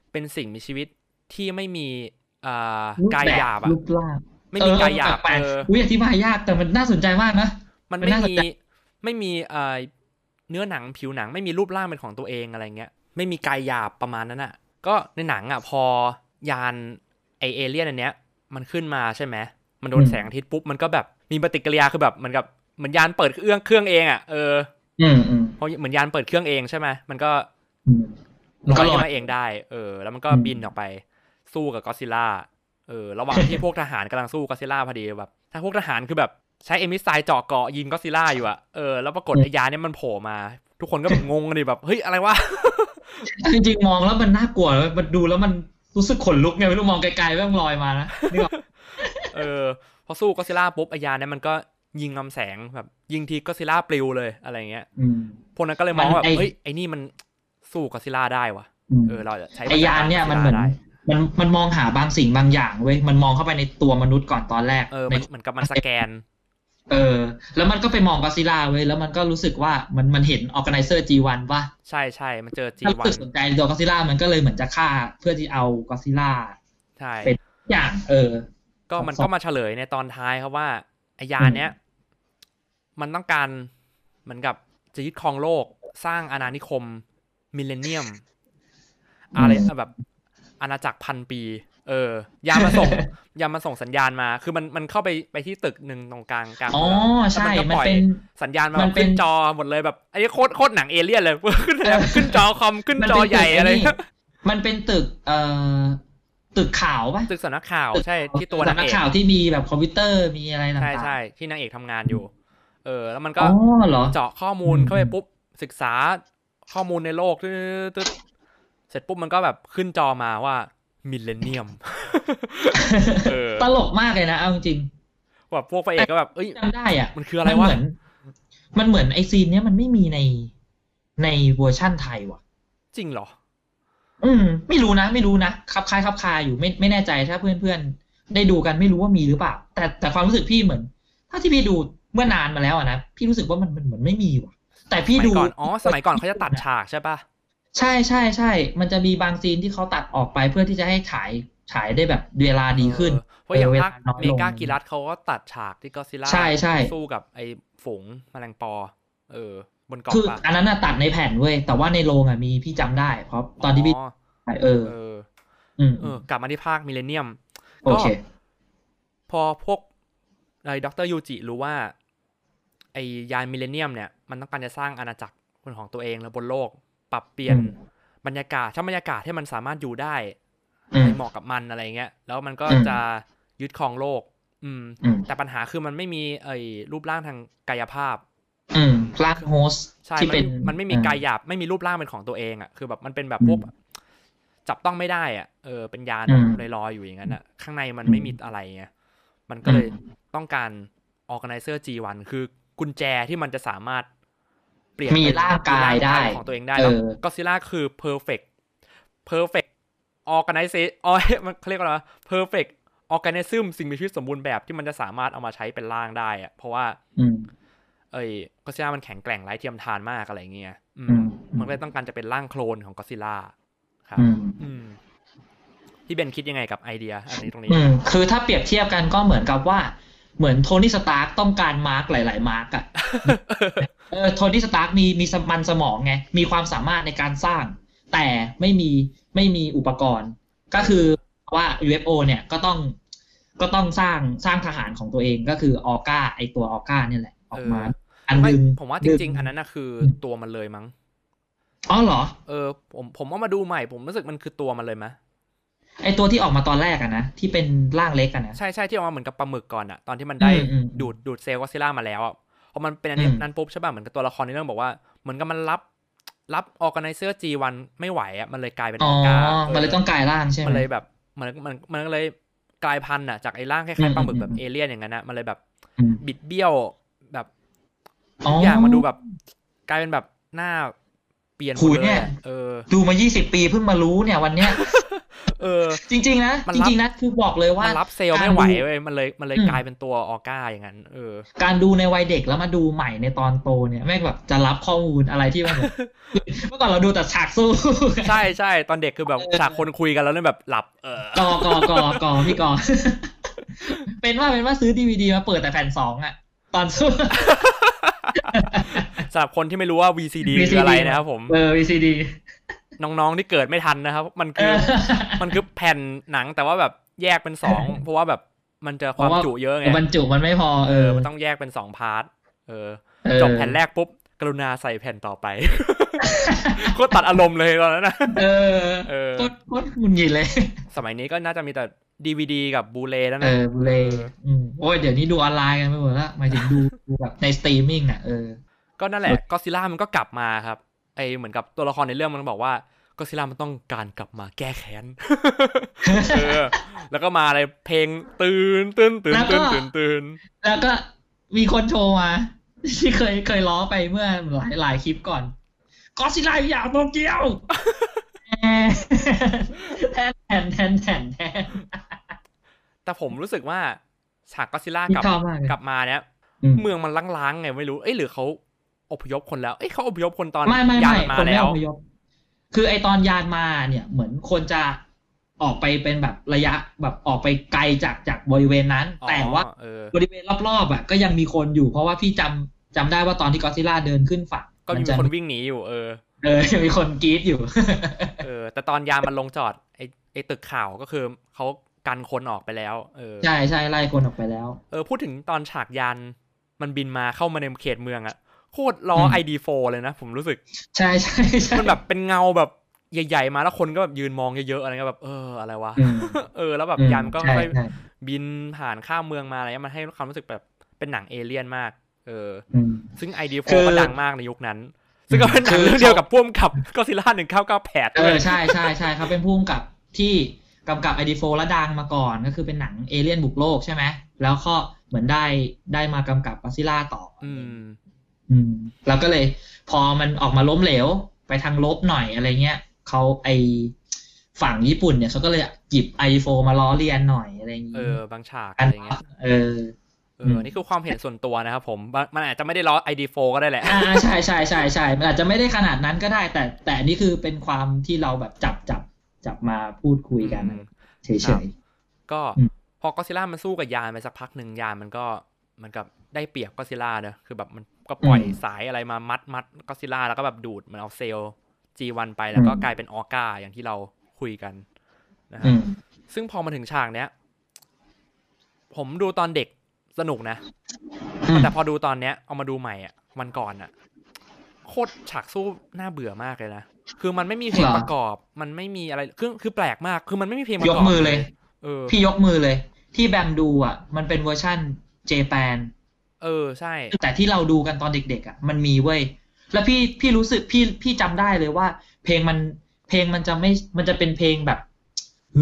เป็นสิ่งมีชีวิตที่ไม่มีรูปกายแบบหยาบอะรูปร่างไม่มีกายหยาบแปลกๆอุ้ยอธิบายยากแต่มันน่าสนใจมากนะมันมันน่าสนใจไม่มีเนื้อหนังผิวหนังไม่มีรูปร่างเป็นของตัวเองอะไรเงี้ยไม่มีกายหยาบประมาณนั้นอ่ะก็ในหนังอ่ะพอยานเอเลี่ยนอันเนี้ยมันขึ้นมาใช่ไหมมันโดนแสงอาทิตย์ปุ๊บมันก็แบบมีปฏิกิริยาคือแบบเหมือนยานเปิดเครื่องเองอ่ะเพราะเหมือนยานเปิดเครื่องเองใช่ไหมมันก็ลอยขึ้นมาเองได้แล้วมันก็บินออกไปสู้กับก็อดซิลล่าระหว่างที่พวกทหารกำลังสู้ก็อดซิลล่าพอดีแบบถ้าพวกทหารคือแบบใช้เอมิสไซล์เจาะเกาะยิงก็อดซิลล่าอยู่อะแล้วปรากฏไอ้ยานเนี่ยมันโผล่มาทุกคนก็แบบงงกันดิแบบเฮ้ยอะไรวะจริงๆมองแล้วมันน่ากลัวมันดูแล้วมันรู้สึกขนลุกไงไม่รู้มองไกลๆแม่งลอยมานะนี่แบบพอสู้ก็อดซิลล่าปุ๊บไอ้ยานเนี่ยมันก็ยิงลำแสงแบบยิงทีก็อดซิลล่าปลิวเลยอะไรเงี้ยพวกนั้นก็เลยมองแบบเฮ้ยไอ้นี่มันสู้ก็อดซิลล่าได้วะเราจะใช้ไอ้ยานเนี่ยมันเหมือนมันมองหาบางสิ่งบางอย่างเว้ยมันมองเข้าไปในตัวมนุษย์ก่อนตอนแรกมันเหมือนกับมันสแกนแล้วมันก็ไปมองก็อดซิลล่าเว้ยแล้วมันก็รู้สึกว่ามันเห็น Organizer G1 ป่ะใช่มันเจอ G1 รู้สึกสนใจตัวก็อดซิลล่ามันก็เลยเหมือนจะฆ่าเพื่อที่เอาก็อดซิลล่าใช่เป็นอย่างก็มันก็มาเฉลยในตอนท้ายครับว่าไอ้ยานเนี้ยมันต้องการเหมือนกับจะยึดครองโลกสร้างอาณานิคมมิลเลนเนียมอะไรแบบอาณาจักรพันปียามมาส่งสัญญาณมาคือมันเข้าไปที่ตึกหนึ่งตรงกลางอ๋อใช่มันเป็นสัญญาณมาขึ้นจอหมดเลยแบบไอ้โคตรหนังเอเลี่ยนเลยขึ้นจอคอมขึ้นจอใหญ่อะไรมันเป็นตึกตึกข่าวป่ะตึกสำนักข่าวใช่ที่ตัวนางเอกข่าวที่มีแบบคอมพิวเตอร์มีอะไรต่างๆใช่ที่นางเอกทำงานอยู่แล้วมันก็เจาะข้อมูลเข้าไปปุ๊บศึกษาข้อมูลในโลกเสร็จปุ๊บมันก็แบบขึ้นจอมาว่ามิลเลนเนียมตลกมากเลยนะเอาจริงแบบพวกพระเอกก็แบบจำได้อ่ะมันคืออะไรวะมันเหมือนไอซีนเนี้ยมันไม่มีในเวอร์ชั่นไทยว่ะจริงเหรอไม่รู้นะคับคาอยู่ไม่แน่ใจถ้าเพื่อนได้ดูกันไม่รู้ว่ามีหรือเปล่าแต่ความรู้สึกพี่เหมือนถ้าที่พี่ดูเมื่อนานมาแล้วอ่ะนะพี่รู้สึกว่ามันเหมือนไม่มีว่ะแต่พี่ดูสมัยก่อนเขาจะตัดฉากใช่ป่ะใช่มันจะมีบางซีนที่เขาตัดออกไปเพื่อที่จะให้ฉายได้แบบเวลาดีขึ้นเพราะอย่างภาคเมกากิรัสเขาก็ตัดฉากที่ก็อดซิลล่าสู้กับไอ้ฝูงแมลงปอบนเกาะคืออันนั้นตัดในแผ่นเว้ยแต่ว่าในโรงมีพี่จำได้เพราะตอนที่พี่กลับมาที่ภาคมิลเลนเนียมก็พอพวกไอ้ดร.ยูจิรู้ว่าไอ้ยานมิลเลนเนียมเนี่ยมันต้องการจะสร้างอาณาจักรของตัวเองแล้วบนโลกปรับเปลี่ยนบรรยากาศให้มันสามารถอยู่ได้เหมาะกับมันอะไรเงี้ยแล้วมันก็จะยึดครองโลกแต่ปัญหาคือมันไม่มีรูปร่างทางกายภาพร่างโฮสที่เป็นมันไม่มีกายหยาบไม่มีรูปร่างเป็นของตัวเองอ่ะคือแบบมันเป็นแบบพวกจับต้องไม่ได้อ่ะเป็นยานลอยๆอยู่อย่างนั้นอ่ะข้างในมันไม่มีอะไรไงมันก็เลยต้องการ Organizer G1 คือกุญแจที่มันจะสามารถเปลี่ยนมีร่างกายได้ของตัวเองได้แล้วก็อดซิลล่าคือ perfect organization มันเรียกว่าอะไร perfect organism สิ่งมีชีวิตสมบูรณ์แบบที่มันจะสามารถเอามาใช้เป็นร่างได้อะเพราะว่าก็อดซิลล่ามันแข็งแกร่งไร้เทียมทานมากอะไรเงี้ยมันเลยต้องการจะเป็นร่างโคลนของก็อดซิลล่าครับพี่เบนคิดยังไงกับไอเดียอันนี้ตรงนี้คือถ้าเปรียบเทียบกันก็เหมือนกับว่าเหมือนโทนี่สตาร์กต้องการมาร์กหลายๆมาร์กอ่ะโทนี่สตาร์กมีมันสมองไงมีความสามารถในการสร้างแต่ไม่มีอุปกรณ์ก็คือว่า UFO เนี่ยก็ต้องสร้างทหารของตัวเองก็คือออก้าไอตัวออก้าเนี่ยแหละออกมาอันนึงผมว่าจริงๆอันนั้นน่ะคือตัวมันเลยมั้งอ๋อเหรอผมเอามาดูใหม่ผมรู้สึกมันคือตัวมันเลยมั้ยไอตัวที่ออกมาตอนแรกอะนะที่เป็นร่างเล็กอะนะใช่ที่ออกมาเหมือนกับปลาหมึกก่อนอะตอนที่มันได้ดูดเซลล์ก็อดซิลล่ามาแล้วพอมันเป็นอันนี้นั้นปุ๊บใช่ป่ะเหมือนกับตัวละครในเรื่องบอกว่าเหมือนกับมันรับ Organizer G1 ไม่ไหวอ่ะมันเลยกลายเป็นออก้ามันเลยต้องกลายร่างใช่ไหมมันเลยแบบมันเลยกลายพันธุ์อ่ะจากไอ้ร่างคล้ายๆปลาหมึกแบบเอเลี่ยนอย่างนั้นนะมันเลยแบบบิดเบี้ยวแบบทุกอย่างมันดูแบบกลายเป็นแบบหน้าเปลี่ยนหมดเลยดูมา20 ปีเพิ่งมารู้เนี่ยวันเนี้ยเออจริงๆนะมันจริงๆนะคือบอกเลยว่ามันรับเซลล์ไม่ไหวเว้ยมันเลยกลายเป็นตัวออก้าอย่างนั้นการดูในวัยเด็กแล้วมาดูใหม่ในตอนโตเนี่ยแม่งแบบจะรับข้อมูลอะไรที่มันแบบเมื่อก่อนเราดูแต่ฉากสู้ใช่ใช่ตอนเด็กคือแบบฉากคนคุยกันแล้วเนี่ยแบบหลับกอพี่กอ เป็นว่าซื้อดีวีดีมาเปิดแต่แผ่น2อ่ะตอนสู้สำหรับคนที่ไม่รู้ว่า VCD คืออะไรนะครับผม VCD น้องๆที่เกิดไม่ทันนะครับมันคือแผ่นหนังแต่ว่าแบบแยกเป็น2เพราะว่าแบบมันจะความจุเยอะไงบรรจุมันไม่พอมันต้องแยกเป็น2พาร์ทจบแผ่นแรกปุ๊บกรุณาใส่แผ่นต่อไปโคตรตัดอารมณ์เลยตอนนั้นนะโคตรหงุดหงิดเลยสมัยนี้ก็น่าจะมีแต่ DVD กับบูเลแล้วนะบูเลโอ้ยเดี๋ยวนี้ดูออนไลน์กันไปหมดแล้วหมายถึงดูแบบในสตรีมมิ่งอ่ะก็นั่นแหละก็ซิล่ามันก็กลับมาครับเหมือนกับตัวละครในเรื่องมันบอกว่าก็ซิล่ามันต้องการกลับมาแก้แค้นแล้วก็มาอะไรเพลงตื่นแล้วก็มีคนโชว์มาที่เคยล้อไปเมื่อหลายคลิปก่อนก็ซิล่าอยากโตเกียวแทนแต่ผมรู้สึกว่าฉากก็ซิล่ากลับมาเนี้ยเมืองมันล้างๆไงไม่รู้หรือเขาอพยพคนแล้วเขาอพยพคนตอนยานมาแล้วคือไอตอนยานมาเนี่ยเหมือนคนจะออกไปเป็นแบบระยะแบบออกไปไกลจากบริเวณนั้นแต่ว่าบริเวณรอบๆอ่ะก็ยังมีคนอยู่เพราะว่าพี่จำได้ว่าตอนที่ก็ซิล่าเดินขึ้นฝั่งก็มีคนวิ่งหนีอยู่มีคนกรี๊ดอยู่แต่ตอนยานมันลงจอดไอตึกข่าวก็คือเขากันคนออกไปแล้วใช่ไล่คนออกไปแล้วพูดถึงตอนฉากยานมันบินมาเข้ามาในเขตเมืองอะโคตรล้อ ID4 เลยนะผมรู้สึกใช่มันแบบเป็นเงาแบบใหญ่ๆมาแล้วคนก็แบบยืนมองเยอะๆอะไรก็แบบอะไรวะแล้วแบบยานก็ค่อยบินผ่านข้ามเมืองมาอะไรเงี้ยมันให้ความรู้สึกแบบเป็นหนังเอเลี่ยนมากซึ่ง ID4 ก็ดังมากในยุคนั้นซึ่งก็เป็นหนังเรื่องเดียวกับพ่วงกับก็ซิล่า1998 ใช่เขาเป็นพ่วงกับที่กำกับ ID4 แล้วดังมาก่อนก็คือเป็นหนังเอเลี่ยนบุกโลกใช่ไหมแล้วก็เหมือนได้มากำกับก็ซิล่าต่อแล้วก็เลยพอมันออกมาล้มเหลวไปทางลบหน่อยอะไรเงี้ยเขาฝั่งญี่ปุ่นเนี่ยเขาก็เลยหยิบ ID4 มาล้อเลียนหน่อยอะไรอย่างเงี้ยบางฉากอะไรเงี้ยนี่คือความเห็นส่วนตัวนะครับผมมันอาจจะไม่ได้ล้อ ID4 ก็ได้แหละใช่มันอาจจะไม่ได้ขนาดนั้นก็ได้แต่อันนี้คือเป็นความที่เราแบบจับมาพูดคุยกันเฉยๆก็พอก็ซิล่ามันสู้กับยานไปสักพักหนึ่งยานมันก็เหมือนกับได้เปรียบก็ซิล่าเนอะคือแบบมันก็ปล่อยสายอะไรมามัดก็ซิล่าแล้วก็แบบดูดมันเอาเซลล์ G1 ไปแล้วก็กลายเป็นออก้าอย่างที่เราคุยกันนะฮะซึ่งพอมาถึงฉากเนี้ยผมดูตอนเด็กสนุกนะแต่พอดูตอนเนี้ยเอามาดูใหม่อ่ะวันก่อนอ่ะโคตรฉากสู้น่าเบื่อมากเลยนะคือมันไม่มีเพลงประกอบมันไม่มีอะไรคือแปลกมากคือมันไม่มีเพลงประกอบยกมือเลยพี่ยกมือเลยที่แบมดูอ่ะมันเป็นเวอร์ชั่นเจแปนใช่แต่ที่เราดูกันตอนเด็กๆอ่ะมันมีเว้ยแล้วพี่รู้สึกพี่จำได้เลยว่าเพลงมันจะไม่มันจะเป็นเพลงแบบหึ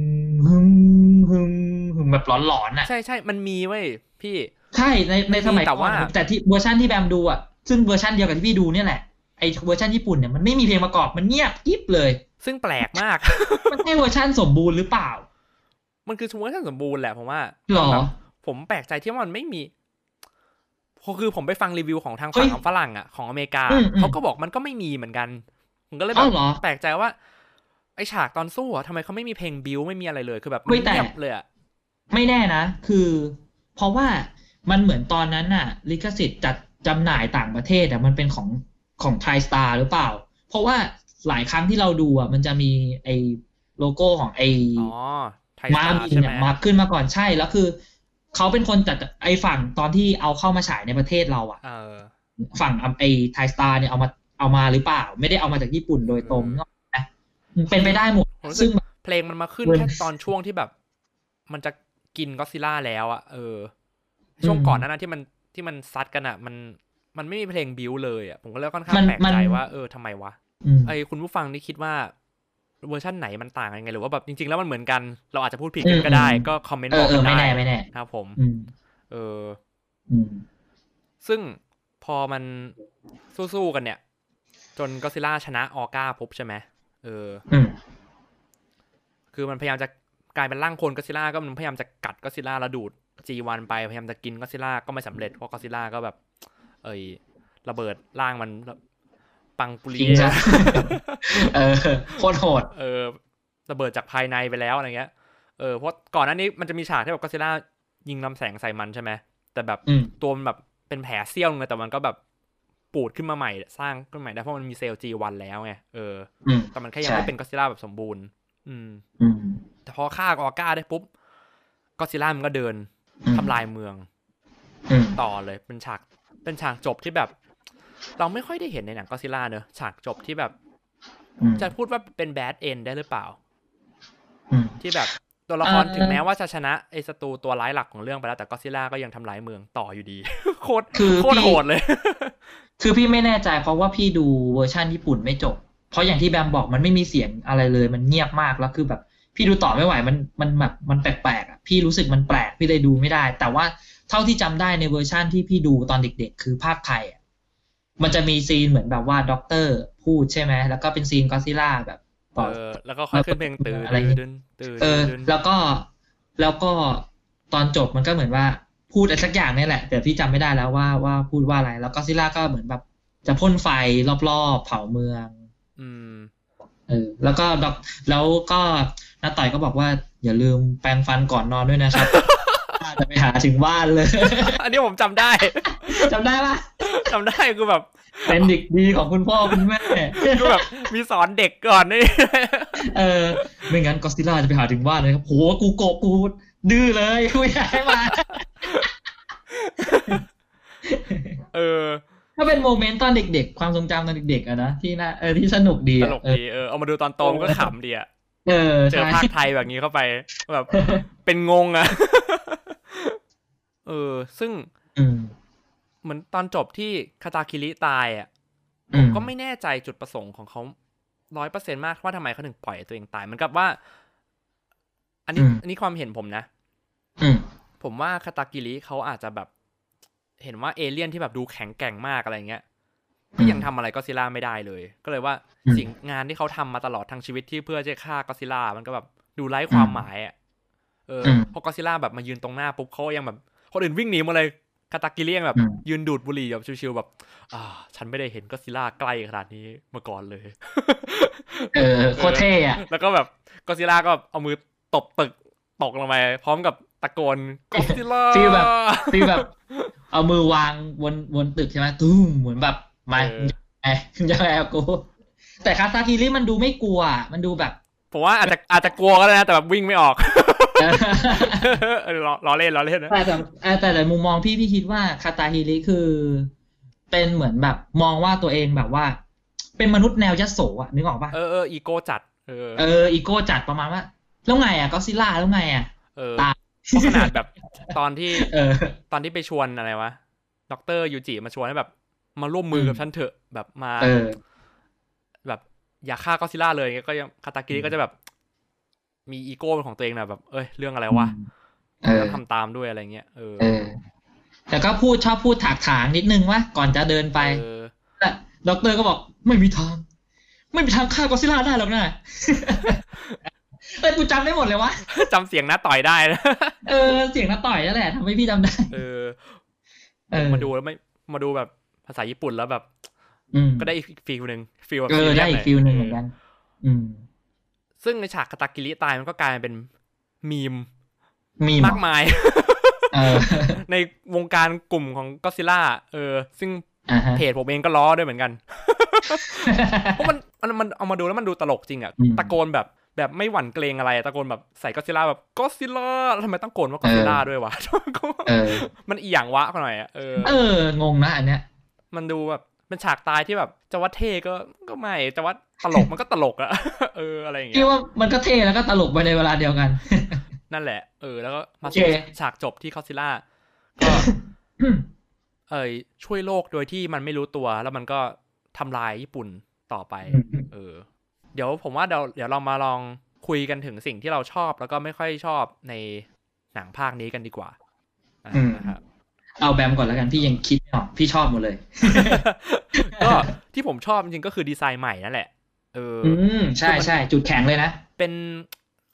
มแบบหลอนๆอ่ะใช่มันมีเว้ยพี่ใช่ในสมัยก่อนแต่ที่เวอร์ชันที่แบมดูอ่ะซึ่งเวอร์ชันเดียวกับที่พี่ดูเนี่ยแหละไอเวอร์ชันญี่ปุ่นเนี่ยมันไม่มีเพลงประกอบมันเงียบกิ๊บเลยซึ่งแปลกมากมันใช่เวอร์ชันสมบูรณ์หรือเปล่ามันคือเวอร์ชันสมบูรณ์แหละผมว่าหรอผมแปลกใจที่มันไม่มีคือผมไปฟังรีวิวของทางฝั่งของฝรั่งอ่ะของอเมริกาเขาก็บอกมันก็ไม่มีเหมือนกันผมก็เลยแบบแปลกใจว่าไอฉากตอนสู้อ่ะทำไมเขาไม่มีเพลงบิวไม่มีอะไรเลยคือแบบเงียบเลยอ่ะไม่แน่นะคือเพราะว่ามันเหมือนตอนนั้นน่ะลิขสิทธิ์จัดจำหน่ายต่างประเทศอ่ะมันเป็นของไทยสตาร์หรือเปล่าเพราะว่าหลายครั้งที่เราดูอ่ะมันจะมีไอโลโก้ของไอมาบินเนี่ยมาขึ้นมาก่อนใช่แล้วคือเขาเป็นคนจัดไอฝั่งตอนที่เอาเข้ามาฉายในประเทศเราอ่ะฝั่งไอไทยสตาร์เนี่ยเอามาหรือเปล่าไม่ได้เอามาจากญี่ปุ่นโดยตรงนะเป็นไปได้หมดซึ่งเพลงมันมาขึ้นแค่ตอนช่วงที่แบบมันจะกินก็ซิล่าแล้วอ่ะช่วงก่อนนั้นที่มันซัดกันอ่ะมันไม่มีเพลงบิวเลยอ่ะผมก็เลยค่อนข้างแปลกใจว่าทำไมวะคุณผู้ฟังนี่คิดว่าเวอร์ชันไหนมันต่างยังไงหรือว่าแบบจริงๆแล้วมันเหมือนกันเราอาจจะพูดผิดกันก็ได้ก็คอมเมนต์บอกกันได้ไม่แน่ครับผมซึ่งพอมันสู้ๆกันเนี่ยจนก็ซิล่าชนะออก้าปุ๊บใช่ไหมคือมันพยายามจะกลายเป็นร่างคนก็ซิล่าก็มันพยายามจะกัดก็ซิล่าแล้วดูด G1 ไปพยายามจะกินก็ซิล่าก็ไม่สำเร็จเพราะก็ซิล่าก็แบบระเบิดร่างมันปังปุริจริงจ้ะ โคตรโหดระเบิดจากภายในไปแล้วอะไรเงี้ยเพราะก่อนหน้านี้มันจะมีฉากที่แบบก็ซิล่ายิงลำแสงใส่มันใช่ไหมแต่แบบตัวมันแบบเป็นแผลเสี้ยวเลยแต่มันก็แบบปูดขึ้นมาใหม่สร้างขึ้นใหม่ได้เพราะมันมีเซลล์ G1 แล้วไงแต่มันแค่ยังไม่เป็นก็ซิล่าแบบสมบูรณ์แต่พอฆ่าออก้าได้ปุ๊บก็ซิล่ามันก็เดินทำลายเมืองต่อเลยเป็นฉากจบที่แบบเราไม่ค่อยได้เห็นในหนังก็ซิล่าเนอะฉากจบที่แบบจะพูดว่าเป็นแบดเอนด์ได้หรือเปล่าที่แบบตัวละครถึงแม้ว่าจะชนะไอ้ศัตรูตัวร้ายหลักของเรื่องไปแล้วแต่ก็ซิล่าก็ยังทำลายเมืองต่ออยู่ดี โคตรโหดเลยคือพี่ไม่แน่ใจเพราะว่าพี่ดูเวอร์ชันญี่ปุ่นไม่จบเพราะอย่างที่แบมบอกมันไม่มีเสียงอะไรเลยมันเงียบมากแล้วคือแบบพี่ดูต่อไม่ไหวมันแบบมันแปลกๆอ่ะพี่รู้สึกมันแปลกพี่เลยดูไม่ได้แต่ว่าเท่าที่จำได้ในเวอร์ชันที่พี่ดูตอนเด็กๆคือภาคไทยอ่ะมันจะมีซีนเหมือนแบบว่าด็อกเตอร์พูดใช่ไหมแล้วก็เป็นซีนก็อดซิลล่าแบบแล้วก็ค่อยขึ้นเพลงตื่นอะไรแล้วก็ตอนจบมันก็เหมือนว่าพูดอะไรสักอย่างนี่แหละแต่พี่จำไม่ได้แล้วว่าพูดว่าอะไรแล้วก็ซิลล่าก็เหมือนแบบจะพ่นไฟรอบๆเผาเมืองแล้วก็น้าต่อยก็บอกว่าอย่าลืมแปรงฟันก่อนนอนด้วยนะครับ จะไปหาถึงบ้านเลยอันนี้ผมจำได้จำได้ปะจำได้คือแบบเป็นเด็กดีของคุณพ่อคุณแม่คือแบบมีสอนเด็กก่อนนี่ไม่งั้นก็อดซิลล่าจะไปหาถึงบ้านเลยครับโหกูดื้อเลยไม่อยากให้มาถ้าเป็นโมเมนต์ตอนเด็กๆความทรงจำตอนเด็กๆอะนะที่น่าที่สนุกดีเอามาดูตอนโตมันก็ขำดีอะเจอภาคไทยแบบนี้เข้าไปแบบเป็นงงอะซึ่งเหมือนตอนจบที่คาตาคิริตายอ่ะผมก็ไม่แน่ใจจุดประสงค์ของเขา 100% มากว่าทำไมเขาถึงปล่อยตัวเองตายเหมือนกับว่าอันนี้ความเห็นผมนะผมว่าคาตาคิริเขาอาจจะแบบเห็นว่าเอเลี่ยนที่แบบดูแข็งแกร่งมากอะไรเงี้ยก็ยังทำอะไรก็อดซิลล่าไม่ได้เลยก็เลยว่าสิ่งงานที่เขาทำมาตลอดทั้งชีวิตที่เพื่อจะฆ่าก็อดซิลล่ามันก็แบบดูไร้ความหมายอ่ะพอก็อดซิลล่าแบบมายืนตรงหน้าปุ๊บเขายังแบบคนอื่นวิ่งหนีหมดเลยคาตาคิริยังแบบยืนดูดบุหรี่แบบชิวๆแบบฉันไม่ได้เห็นก็อดซิลล่าใกล้ขนาดนี้มาก่อนเลยโคตรเท่อะแล้วก็แบบก็อดซิลล่าก็เอามือตบตึกตกลงไปพร้อมกับตะโกนก็อดซิลล่าฟีลแบบเอามือวางบนตึกใช่ไหมตุ้มเหมือนแบบมายังไงกูแต่คาตาคิริมันดูไม่กลัวมันดูแบบผมว่าอาจจะกลัวก็ได้นะแต่แบบวิ่งไม่ออกล้อเล่นนะแต่มุมมองพี่คิดว่าคาตาฮิริคือเป็นเหมือนแบบมองว่าตัวเองแบบว่าเป็นมนุษย์แนวยโสอ่ะนึกออกป่ะอีโก้จัดอีโก้จัดประมาณว่าแล้วไงก็อดซิลล่าแล้วไงตายเพราะขนาดแบบตอนที่ไปชวนอะไรวะดร.ยูจิมาชวนให้แบบมาร่วมมือกับฉันเถอะแบบมาแบบอย่าฆ่าก็อดซิลล่าเลยก็ยังคาตาคิริก็จะแบบมีอีโก้เป็นของตัวเองนะแบบเรื่องอะไรวะแล้วทำตามด้วยอะไรเงี้ยแต่ก็ชอบพูดถากถางนิดนึงว่าก่อนจะเดินไปด็อกเตอร์ก็บอกไม่มีทางฆ่าก็อดซิลล่าได้หรอกนะกูจำได้หมดเลยวะจำเสียงน้าต่อยได้นะเสียงน้าต่อยนั่นแหละทำให้พี่จำได้มาดูแล้วไม่มาดูแบบภาษาญี่ปุ่นแล้วแบบก็ได้อีกฟีลนึงฟีลแบบได้อีกฟีลนึงเหมือนกันซึ่งในฉากคาตาคิริตายมันก็กลายเป็นมีมมากมายในวงการกลุ่มของก็อดซิลล่าซึ่งเพจผมเองก็ล้อด้วยเหมือนกันเพราะมันเอามาดูแล้วมันดูตลกจริงอ่ะตะโกนแบบไม่หวั่นเกรงอะไรตะโกนแบบใส่ก็อดซิลล่าแบบก็อดซิลล่าทำไมต้องโกนว่าก็อดซิลล่าด้วยวะมันอีหยังวะหน่อยงงนะอันเนี้ยมันดูแบบเป็นฉากตายที่แบบจะว่าเท่ก็ไม่จะว่าตลกมันก็ตลกอะอะไรอย่างเงี้ยพี่ว่ามันก็เท่แล้วก็ตลกไปในเวลาเดียวกันนั่นแหละแล้วก็มาฉากจบที่ก็อดซิลล่าก็ช่วยโลกโดยที่มันไม่รู้ตัวแล้วมันก็ทำลายญี่ปุ่นต่อไปเดี๋ยวผมว่าเดี๋ยวเรามาลองคุยกันถึงสิ่งที่เราชอบแล้วก็ไม่ค่อยชอบในหนังภาคนี้กันดีกว่านะครับเอาแบมก่อนแล้วกันพี่ยังคิดไม่ออกพี่ชอบหมดเลยก็ที่ผมชอบจริงๆก็คือดีไซน์ใหม่นั่นแหละใช่จุดแข็งเลยนะเป็น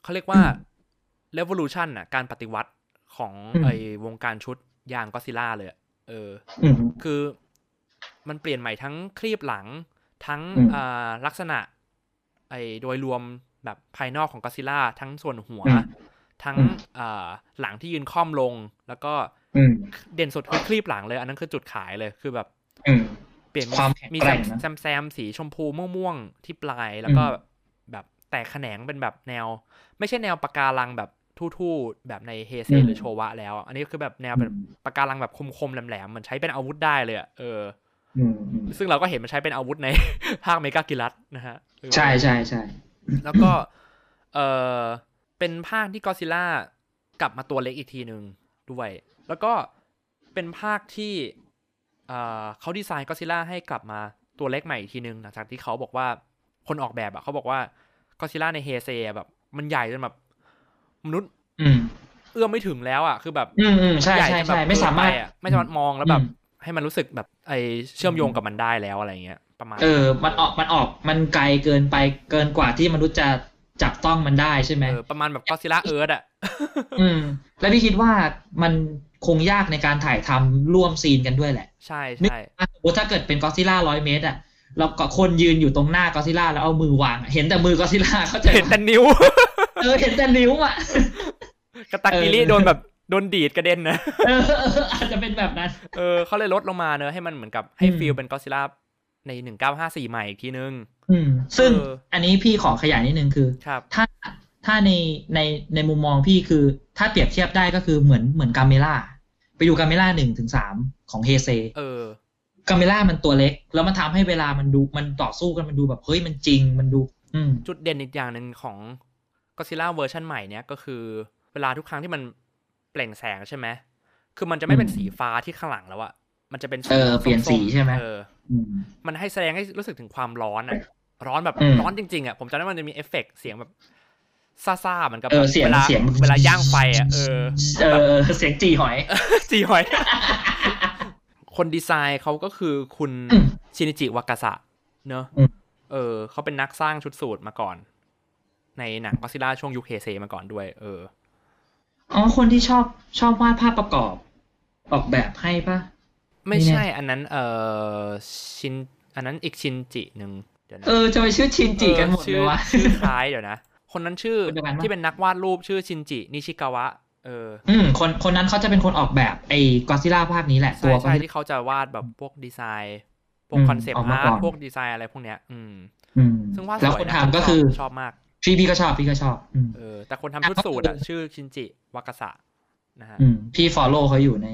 เขาเรียกว่า revolution น่ะการปฏิวัติของไอ้วงการชุดยางก็ซิล่าเลยคือมันเปลี่ยนใหม่ทั้งครีบหลังทั้งลักษณะไอ้โดยรวมแบบภายนอกของก็ซิล่าทั้งส่วนหัวทั้งหลังที่ยืนค่อมลงแล้วก็เด่นสุดคือครีบหลังเลยอันนั้นคือจุดขายเลยคือแบบเปลี่ยนมีแซมสีชมพูม่วงๆที่ปลายแล้วก็แบบแตกแขนงเป็นแบบแนวไม่ใช่แนวปะการังแบบทู่ๆแบบในเฮเซหรือโชวะแล้วอันนี้คือแบบแนวเป็นปะการังแบบคมๆแหลมๆมันใช้เป็นอาวุธได้เลยซึ่งเราก็เห็นมันใช้เป็นอาวุธในภาคเมกากิรัสนะฮะใช่ใช่ใช่แล้วก็เป็นภาคที่ก็อดซิลล่ากลับมาตัวเล็กอีกทีนึงด้วยแล้วก็เป็นภาคที่เขาดีไซน์ก็อดซิลล่าให้กลับมาตัวเล็กใหม่อีกทีนึงหลังจากที่เขาบอกว่าคนออกแบบเขาบอกว่าก็อดซิลล่าในเฮเซแบบมันใหญ่จนแบบมนุษย์เอื้อมไม่ถึงแล้วคือแบบใช่ใช่ใช่ไม่สามารถมองแล้วแบบให้มันรู้สึกแบบเชื่อมโยงกับมันได้แล้วอะไรเงี้ยประมาณมันไกลเกินไปเกินกว่าที่มนุษย์จะจับต้องมันได้ใช่ไหมประมาณแบบก็อดซิลล่าเอิร์ธแล้วพี่คิดว่ามันคงยากในการถ่ายทำร่วมซีนกันด้วยแหละใช่ใช่ถ้าเกิดเป็นก็อดซิลล่า100 เมตรแล้วก็คนยืนอยู่ตรงหน้าก็อดซิลล่าแล้วเอามือวางเห็นแต่มือก็อดซิลล่าเขาจะเห็นแต่นิ้วเห็นแต่นิ้วกระตักกิริโดนแบบโดนดีดกระเด็นนะอาจจะเป็นแบบนั้นเขาเลยลดลงมาเนอะให้มันเหมือนกับให้ฟีลเป็นก็อดซิลล่าใน1954ใหม่อีกทีนึงซึ่งอันนี้พี่ขอขยายนิดนึงคือถ้าในมุมมองพี่คือถ้าเปรียบเทียบได้ก็คือเหมือนกาเมล่าไปดูกาเมล่า1-3ของเฮเซกาเมล่ามันตัวเล็กแล้วมันทำให้เวลามันต่อสู้กันมันดูแบบเฮ้ยมันจริงมันดูจุดเด่นอีกอย่างนึงของก็อดซิลล่าเวอร์ชันใหม่เนี้ยก็คือเวลาทุกครั้งที่มันเปล่งแสงใช่ไหมคือมันจะไม่เป็นสีฟ้าที่ข้างหลังแล้วมันจะเป็นเปลี่ยนสีใช่ไหมมันให้แสดงให้รู้สึกถึงความร้อนร้อนแบบร้อนจริงๆผมจำได้มันจะมีเอฟเฟกต์เสียงแบบซ่าๆเหมือนกับเวลาย่างไฟเสียงจีหอยจีหอยคนดีไซน์เขาก็คือคุณชินิจิวากาสะเนอะเขาเป็นนักสร้างชุดสูทมาก่อนในหนังก็อดซิลล่าช่วงยุคเฮเซมาก่อนด้วยคนที่ชอบวาดภาพประกอบออกแบบให้ป่ะไม่ใช่อันนั้นอันนั้นอีกชินจินึงเดี๋ยวนะจะไปชื่อชินจิกันหมดเลยวะชื่อคล้ายเดี๋ยวนะคนนั้นชื่อที่เป็นนักวาดรูปชื่อชินจินิชิกาวะคนนั้นเขาจะเป็นคนออกแบบไอ้ก็อดซิลล่าภาคนี้แหละตัวใช่ที่เขาจะวาดแบบพวกดีไซน์พวกคอนเซปต์อาร์ตพวกดีไซน์อะไรพวกเนี้ยซึ่งวาดสวยแล้วคนทำก็คือชอบมากพี่ก็ชอบแต่คนทำชุดสูทชื่อชินจิวากาสะนะฮะพี่ follow เขาอยู่ใน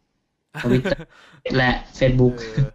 Twitter และ Facebook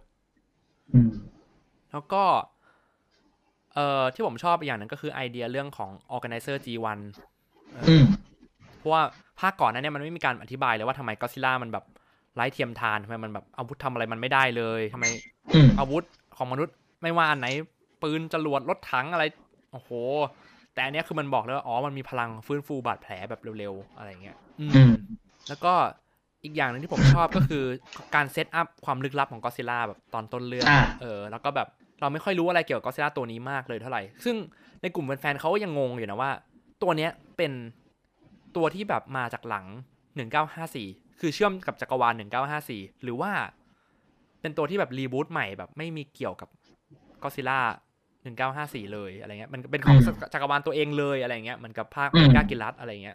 แล้วก็ที่ผมชอบอีกอย่างนึงก็คือไอเดียเรื่องของ Organizer G1 เพราะว่าภาคก่อนนั้นเนี่ยมันไม่มีการอธิบายเลยว่าทำไมก็อดซิลล่ามันแบบไร้เทียมทานทำไมมันแบบอาวุธทำอะไรมันไม่ได้เลยทำไมอาวุธของมนุษย์ไม่ว่าอันไหนปืนจรวดรถถังอะไรโอ้โหแต่อันนี้คือมันบอกเลยว่ามันมีพลังฟื้นฟูบาดแผลแบบเร็วๆอะไรเงี้ยแล้วก็อีกอย่างนึงที่ผมชอบก็คือการเซตอัพความลึกลับของก็อดซิลล่าแบบตอนต้นเรื่องแล้วก็แบบเราไม่ค่อยรู้อะไรเกี่ยวกับก็อดซิลล่าตัวนี้มากเลยเท่าไหร่ซึ่งในกลุ่มแฟนๆเขาก็ยังงงอยู่นะว่าตัวเนี้ยเป็นตัวที่แบบมาจากหลัง1954คือเชื่อมกับจักรวาล1954หรือว่าเป็นตัวที่แบบรีบูตใหม่แบบไม่มีเกี่ยวกับก็อดซิลล่า1954เลยอะไรเงี้ยมันเป็นของจักรวาลตัวเองเลยอะไรเงี้ยเหมือนกับภาคเมกากิรัสอะไรเงี้ย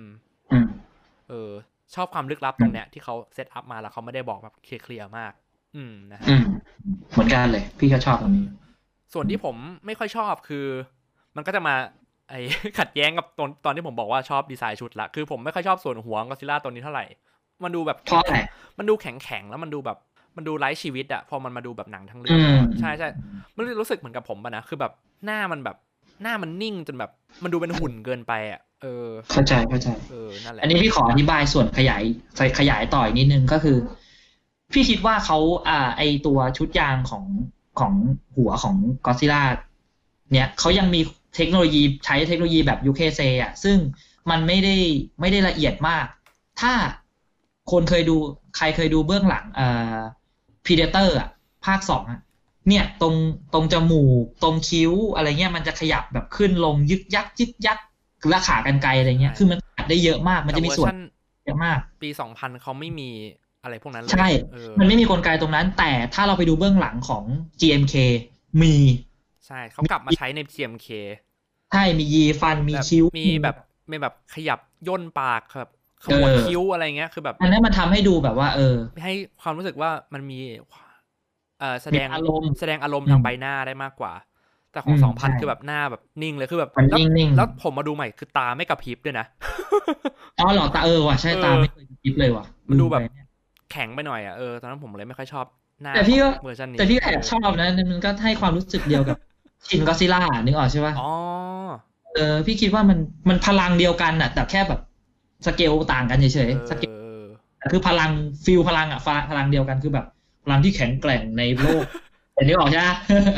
ชอบความลึกลับตรงเนี้ยที่เขาเซตอัพมาแล้วเขาไม่ได้บอกแบบเคลียร์มากนะฮะเหมือนกันเลยพี่ก็ชอบตรงนี้ส่วนที่ผมไม่ค่อยชอบคือมันก็จะมาขัดแย้งกับตอนที่ผมบอกว่าชอบดีไซน์ชุดละคือผมไม่ค่อยชอบส่วนหัวก็อดซิลล่าตัวนี้เท่าไหร่มันดูแบบมันดูแข็งแล้วมันดูแบบมันดูไร้ชีวิตพอมันมาดูแบบหนังทั้งเรื่องใช่มันรู้สึกเหมือนกับผมป่ะนะคือแบบหน้ามันนิ่งจนแบบมันดูเป็นหุ่นเกินไปเข้าใจนั่นแหละอันนี้พี่ขออธิบายส่วนขยายต่ออีกนิดนึงก็คือพี่คิดว่าเขาไอตัวชุดยางของหัวของก็อดซิลล่าเนี่ยเขายังมีใช้เทคโนโลยีแบบยูเคเซซึ่งมันไม่ได้ละเอียดมากถ้าใครเคยดูเบื้องหลังPredator ภาค2เนี่ยตรงจมูกตรงคิ้วอะไรเงี้ยมันจะขยับแบบขึ้นลงยึกยักและขากรรไกรอะไรเงี้ยคือมันตัดได้เยอะมากมันจะมีส่วนเยอะมากปี2000เขาไม่มีอะไรพวกนั้นเลยใช่มันไม่มีกลไกตรงนั้นแต่ถ้าเราไปดูเบื้องหลังของ GMK มีใช่เขากลับมาใช้ใน GMK ใช่มียีฟันมีคิ้วมีแบบขยับย่นปากแบบขมวดคิ้วอะไรเงี้ยคือแบบอันนั้นมันทำให้ดูแบบว่าให้ความรู้สึกว่ามันมีแสดงอารมณ์ทางใบหน้าได้มากกว่าแต่ของ2000คือแบบหน้าแบบนิ่งเลยคือแบบแล้วผมมาดูใหม่คือตาไม่กระพริบด้วยนะอ๋อเหรอตาว่ะใช่ตาไม่เคยกระพริบเลยว่ะมันดูแบบแข็งไปหน่อยอ่ะตอนนั้นผมเลยไม่ค่อยชอบหน้าเวอร์ชันนี้แต่พี่แอบชอบนะมันก็ให้ความรู้สึกเดียวกับชินก็อดซิลล่านึกออกใช่ป่ะอ๋อพี่คิดว่ามันพลังเดียวกันน่ะแต่แค่แบบสเกลต่างกันเฉยๆสเกลคือพลังฟิลพลังอ่ะพลังเดียวกันคือแบบพลังที่แข็งแกร่งในโลกแต่นึกออกใช่ไหม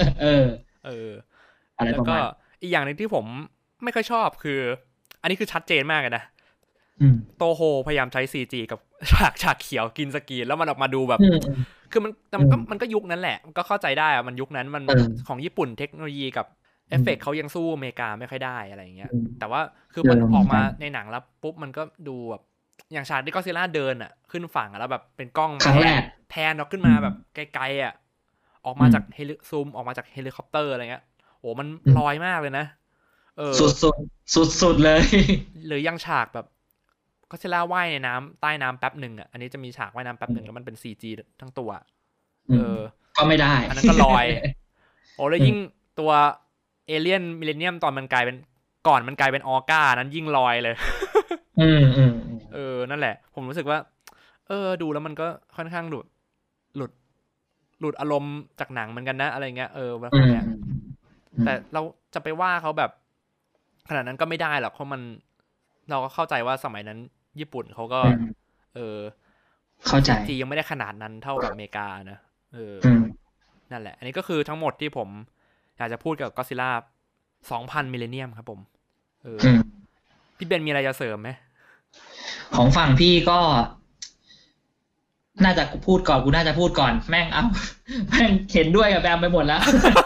อะไรประมาณอีกอย่างนึงที่ผมไม่ค่อยชอบคืออันนี้คือชัดเจนมากเลยนะโตโฮพยายามใช้ CG กับฉากเขียวกินสกรีนแล้วมันออกมาดูแบบคือมันก็ยุคนั้นแหละมันก็เข้าใจได้อะมันยุคนั้นมันของญี่ปุ่นเทคโนโลยีกับเอฟเฟกต์เขายังสู้อเมริกาไม่ค่อยได้อะไรอย่างเงี้ยแต่ว่าคือมันออกมาในหนังแล้วปุ๊บมันก็ดูแบบอย่างฉากที่ก็อดซิลล่าเดินอ่ะขึ้นฝั่งแล้วแบบเป็นกล้องแพนออกขึ้นมาแบบไกลๆอ่ะออกมาจากซูมออกมาจากเฮลิคอปเตอร์อะไรเงี้ยโอ้มันลอยมากเลยนะสุดเลยหรือยังฉากแบบก็อดซิลล่าว่ายในน้ำใต้น้ำแป๊บหนึ่งอ่ะอันนี้จะมีฉากว่ายน้ำแป๊บหนึ่งแล้วมันเป็น CG ทั้งตัวก็ไม่ได้อันนั้นก็ลอยโอ้แล้วยิ่งตัวเอเลี่ยนมิเลเนียมตอนมันกลายเป็นก่อนมันกลายเป็นออก้านั้นยิ่งลอยเลยนั่นแหละผมรู้สึกว่าดูแล้วมันก็ค่อนข้างหลุดอารมณ์จากหนังเหมือนกันนะอะไรเงี้ยแบบเนี้ยแต่เราจะไปว่าเขาแบบขนาดนั้นก็ไม่ได้หรอกเพราะมันเราก็เข้าใจว่าสมัยนั้นญี่ปุ่นเขาก็เข้าใจจียังไม่ได้ขนาดนั้นเท่ากับอเมริกานะนั่นแหละอันนี้ก็คือทั้งหมดที่ผมอยากจะพูดกับก็อดซิลล่า2000มิลเลนเนียมครับผมพี่เบนมีอะไรจะเสริมไหมของฝั่งพี่ก็น่าจะพูดก่อนกูน่าจะพูดก่อนแม่งเห็นด้วยกับแบมไปหมดแล้ว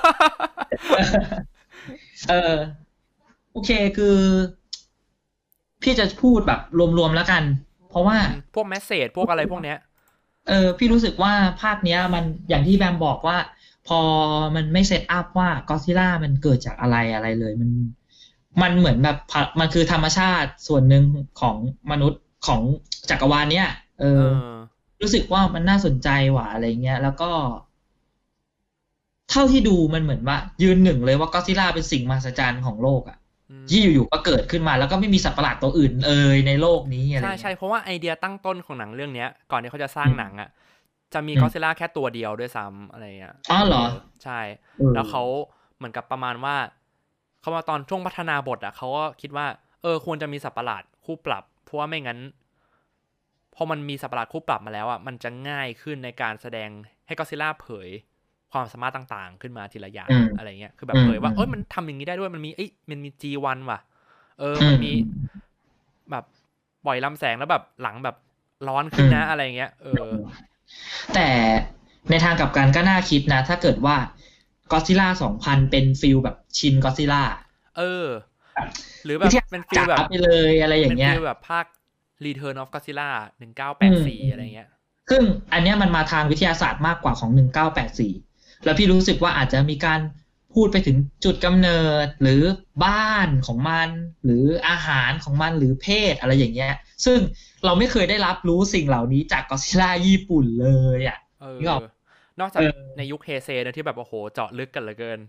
โอเคคือพี่จะพูดแบบรวมๆแล้วกันเพราะว่าพวกเมสเสจพวกอะไรพวกเนี้ยพี่รู้สึกว่าภาคเนี้ยมันอย่างที่แบมบอกว่าพอมันไม่เซตอัพว่าก็อดซิลล่ามันเกิดจากอะไรเลยมันเหมือนแบบมันคือธรรมชาติส่วนหนึ่งของมนุษย์ของจักรวาลเนี้ยรู้สึกว่ามันน่าสนใจว่ะอะไรเงี้ยแล้วก็เท่าที่ดูมันเหมือนว่ายืนหนึ่งเลยว่าก็อดซิลล่าเป็นสิ่งมหัศจรรย์ของโลกอ่ะที่อยู่ๆก็เกิดขึ้นมาแล้วก็ไม่มีสัตว์ประหลาดตัวอื่นในโลกนี้อะไรใช่เพราะว่าไอเดียตั้งต้นของหนังเรื่องนี้ก่อนที่เขาจะสร้างหนังอ่ะจะมีก็อดซิลล่าแค่ตัวเดียวด้วยซ้ำอะไรเงี้ยอ๋อเหรอใช่แล้วเขาเหมือนกับประมาณว่าเขามาตอนช่วงพัฒนาบทอ่ะเขาก็คิดว่าควรจะมีสัตว์ประหลาดคู่ปรับเพราะว่าไม่งั้นพอมันมีสัตว์ประหลาดคู่ปรับมาแล้วอ่ะมันจะง่ายขึ้นในการแสดงให้ก็อดซิลล่าเผยความสามารถต่างๆขึ้นมาทีละอย่างอะไรเงี้ยคือแบบเผยว่ามันทำอย่างนี้ได้ด้วยมันมี G1 ว่ะมันมีแบบปล่อยลำแสงแล้วแบบหลังแบบร้อนขึ้นนะอะไรเงี้ยแต่ในทางกลับกันก็น่าคิดนะถ้าเกิดว่าก็อดซิลล่า2000เป็นฟิลแบบชินก็อดซิลล่าหรือแบบเป็นฟิลแบบไปเลยอะไรอย่างเงี้ยเป็นฟิลแบบภาค Return of Godzilla 1984อะไรเงี้ยซึ่งอันเนี้ยมันมาทางวิทยาศาสตร์มากกว่าของ1984แล้วพี่รู้สึกว่าอาจจะมีการพูดไปถึงจุดกำเนิดหรือบ้านของมันหรืออาหารของมันหรือเพศอะไรอย่างเงี้ยซึ่งเราไม่เคยได้รับรู้สิ่งเหล่านี้จากก็อดซิลล่าญี่ปุ่นเลยอ่ะนอกจากในยุคเฮเซนะที่แบบโอ้โหเจาะลึกกันเหลือเกิน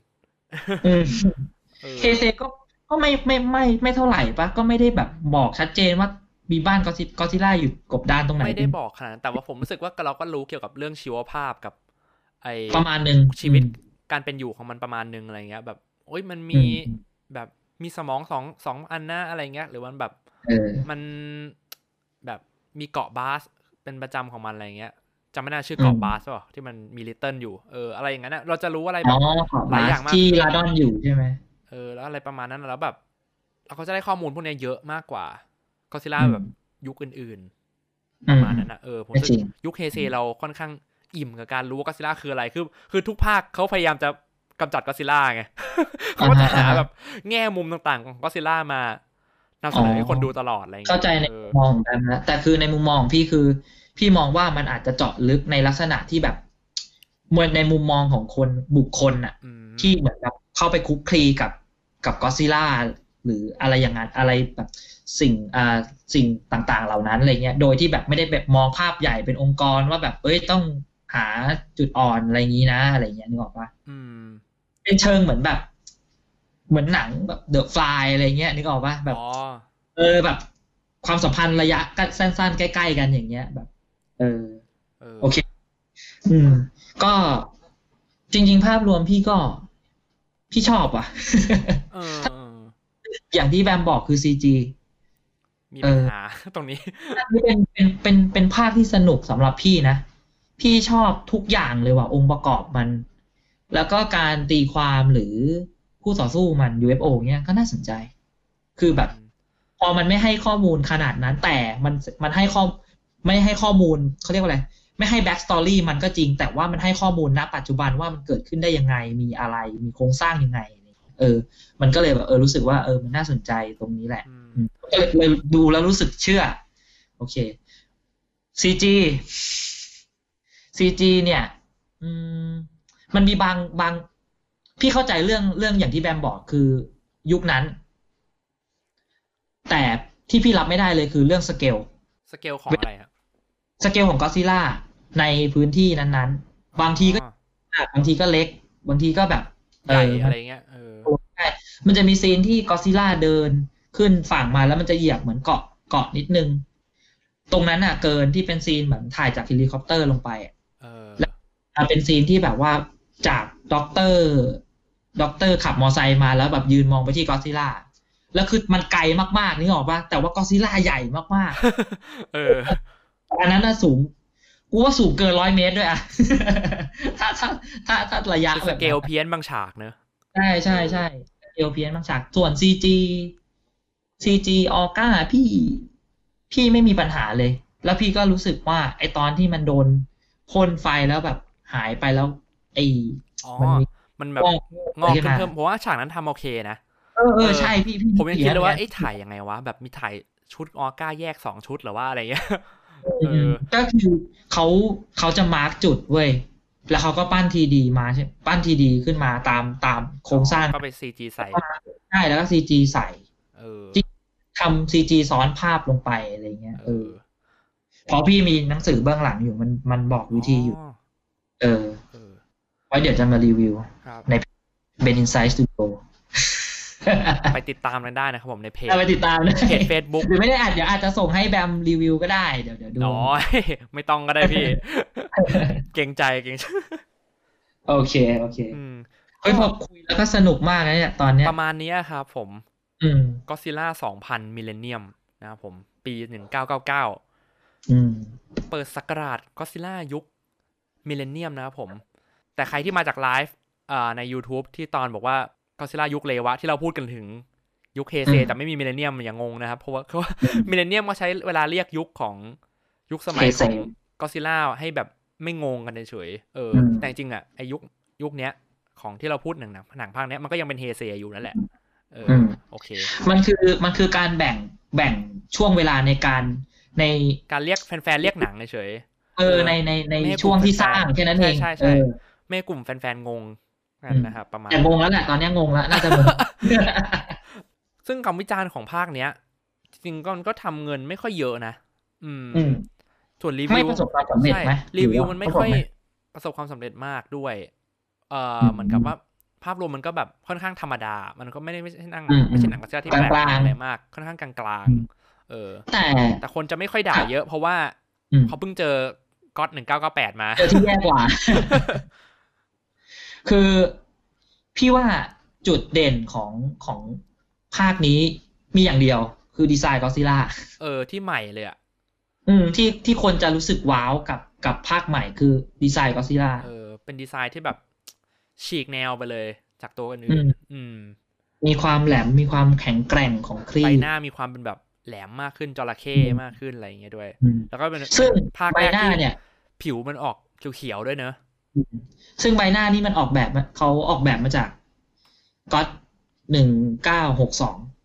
เฮเซก็ไม่เท่าไหร่ปะก็ไม่ได้แบบบอกชัดเจนว่ามีบ้านก็อดซิลล่าอยู่กบดานตรงไหนไม่ได้บอกขนาดนั้นแต่ว่าผมรู้สึกว่าเราก็รู้เกี่ยวกับเรื่องชีวภาพกับประมาณนึงชีวิตการเป็นอยู่ของมันประมาณนึงอะไรเงี้ยแบบมันมีแบบมีสมองสองอันนะอะไรเงี้ยหรือว่าแบบมันแบบมีเกาะบาสเป็นประจำของมันอะไรเงี้ยจำไม่ได้ชื่อเกาะบาสป่ะที่มันมีลิตเติ้ลอยู่อะไรอย่างนั้นนะเราจะรู้อะไรแบบหลายอย่างมากที่ลาดอนอยู่ใช่ไหมแล้วอะไรประมาณนั้นแล้วแบบเราก็จะได้ข้อมูลพวกนี้เยอะมากกว่าก็อดซิลล่าแบบยุคอื่นๆประมาณนั้นนะผมรู้สึกยุคเฮเซเราค่อนข้างอิ่มกับการรู้ว่าก็อดซิลล่าคืออะไรคือทุกภาคเขาพยายามจะกำจัดก็อดซิลล่าไงเขาจะหาแบบแง่มุมต่างๆของก็อดซิลล่านำเสนอให้คนดูตลอดอะไรเงี้ยเข้าใจในมุมมองของกันนะแต่คือในมุมมองของพี่คือพี่มองว่ามันอาจจะเจาะลึกในลักษณะที่แบบเหมือนในมุมมองของคนบุคคลน่ะที่เหมือนแบบเข้าไปคุกคลีกับก็อดซิลล่าหรืออะไรอย่างนั้นอะไรแบบสิ่งต่างๆเหล่านั้นอะไรเงี้ยโดยที่แบบไม่ได้แบบมองภาพใหญ่เป็นองค์กรว่าแบบต้องหาจุดอ่อนอะไรอย่างนี้นะอะไรเงี้ยนึกออกปะเป็นเชิงเหมือนแบบเหมือนหนังแบบเดอะฟลายอะไรเงี้ยนึกออกปะแบบแบบความสัมพันธ์ระยะสั้นๆใกล้ๆกันอย่างเงี้ยแบบโอเคก็จริงๆภาพรวมพี่ชอบอ่ะอย่างที่แบมบอกคือ CG มีปัญหาตรงนี้เป็นภาคที่สนุกสำหรับพี่นะพี่ชอบทุกอย่างเลยว่ะองค์ประกอบมันแล้วก็การตีความหรือคู่ต่อสู้มัน UFO เนี้ยก็น่าสนใจคือแบบพอมันไม่ให้ข้อมูลขนาดนั้นแต่มันให้ไม่ให้ข้อมูลเขาเรียกว่าอะไรไม่ให้แบ็กสตอรี่มันก็จริงแต่ว่ามันให้ข้อมูลณปัจจุบันว่ามันเกิดขึ้นได้ยังไงมีอะไรมีโครงสร้างยังไงมันก็เลยแบบรู้สึกว่ามันน่าสนใจตรงนี้แหละก็เลยดูแล้วรู้สึกเชื่อโอเค CG เนี่ยมันมีบางพี่เข้าใจเรื่องอย่างที่แบมบอกคือยุคนั้นแต่ที่พี่รับไม่ได้เลยคือเรื่องสเกลของอะไรครับสเกลของก็อดซิลล่าในพื้นที่นั้นๆบางทีก็เล็กบางทีก็แบบใหญ่อะไรเงี้ยใช่มันจะมีซีนที่ก็อดซิลล่าเดินขึ้นฝั่งมาแล้วมันจะเหยียบเหมือนเกาะนิดนึงตรงนั้นเกินที่เป็นซีนเหมือนถ่ายจากเฮลิคอปเตอร์ลงไปแล้วเป็นซีนที่แบบว่าจากด็อกเตอร์ขับมอไซค์มาแล้วแบบยืนมองไปที่ก็อดซิลล่าแล้วคือมันไกลมากๆนึกออกป่ะแต่ว่าก็อดซิลล่าใหญ่มากๆอันนั้นสูงกูว่าสูงเกิน100 เมตรด้วยถ้าระยะสเกลเพี้ยนบางฉากเนอะใช่สเกลเพี้ยนบางฉากส่วน CG ออก้าพี่ไม่มีปัญหาเลยแล้วพี่ก็รู้สึกว่าไอตอนที่มันโดนพ่นไฟแล้วแบบหายไปแล้วมันแบบงอกเพิ่มเพราะว่าฉากนั้นทำโอเคนะใช่พี่ผมยังคิดเลยว่าถ่ายยังไงวะแบบมีถ่ายชุดออก้าแยก2ชุดหรือว่าอะไรเงี้ยก็คือเขาจะมาร์กจุดเว้ยแล้วเขาก็ปั้นทีดีมาใช่ปั้นทีดีขึ้นมาตามโครงสร้างก็ไป CG ใส่ใช่แล้วก็ CG ใส่ทำ CG ซ้อนภาพลงไปอะไรเงี้ยเพราะพี่มีหนังสือเบื้องหลังอยู่มันบอกวิธีอยู่ไว้เดี๋ยวจะมารีวิวใน Ben Inside Studio ไปติดตามกันได้นะครับผมในเพจไปติดตามเพจ Facebook หรือไม่ได้เดี๋ยวอาจจะส่งให้แบมรีวิวก็ได้เดี๋ยวดูไม่ต้องก็ได้พี่ เกรงใจโอเคเฮ้ยพอคุยแล้วก็สนุกมากนะเนี่ยตอนเนี้ยประมาณนี้ครับผมก็อดซิลล่า 2000 มิลเลนเนียมนะครับผมปี1999เปิดศักราชก็อดซิลล่ายุคมิลเลนเนียมนะครับผมแต่ใครที่มาจากไลฟ์ใน YouTube ที่ตอนบอกว่าก็อดซิลล่ายุคเลวะที่เราพูดกันถึงยุคเฮเซแต่ไม่มีมิลเลนเนียมอย่างงงนะครับเพราะว่ามิลเลนเนียมก็ใช้เวลาเรียกยุคสมัยของก็อดซิลล่าให้แบบไม่งงกันเฉยแต่จริงไอ้ยุคเนี้ยของที่เราพูดหนังภาคเนี้ยมันก็ยังเป็นเฮเซอยู่นั่นแหละโอเคมันคือการแบ่งช่วงเวลาในการเรียกแฟนๆเรียกหนังเฉยในช่วงที่สร้างแค่นั้นเองใช่ไม่กลุ่มแฟนๆงงนั่นนะครับประมาณแต่งงแล้วแหละตอนนี้งงแล้วน่าจะงงซึ่งคำวิจารณ์ของภาคเนี้ยจริงๆก็ทำเงินไม่ค่อยเยอะนะส่วนรีวิวไม่ประสบความสำเร็จไหมรีวิวมันไม่ค่อยประสบความสำเร็จมากด้วยเหมือนกับว่าภาพรวมมันก็แบบค่อนข้างธรรมดามันก็ไม่ใช่หนังกระแสที่แปลกอะไรมากค่อนข้างกลางแต่คนจะไม่ค่อยด่าเยอะเพราะว่าเขาเพิ่งเจอก็อด1998มาเจอที่แย่กว่า คือพี่ว่าจุดเด่นของภาคนี้มีอย่างเดียวคือดีไซน์ก็อดซิลล่าที่ใหม่เลยที่คนจะรู้สึกว้าวกับภาคใหม่คือดีไซน์ก็อดซิลล่าเป็นดีไซน์ที่แบบฉีกแนวไปเลยจากตัวอื่นมีความแหลมมีความแข็งแกร่งของครีบใบหน้ามีความเป็นแบบแหลมมากขึ้นจระเข้มากขึ้นอะไรอย่างเงี้ยด้วยแล้วก็เป็นซึ่งภาคแรกที่ผิวมันออกเขียวๆด้วยเนอะซึ่งใบหน้านี่มันเขาออกแบบมาจากก็อด1962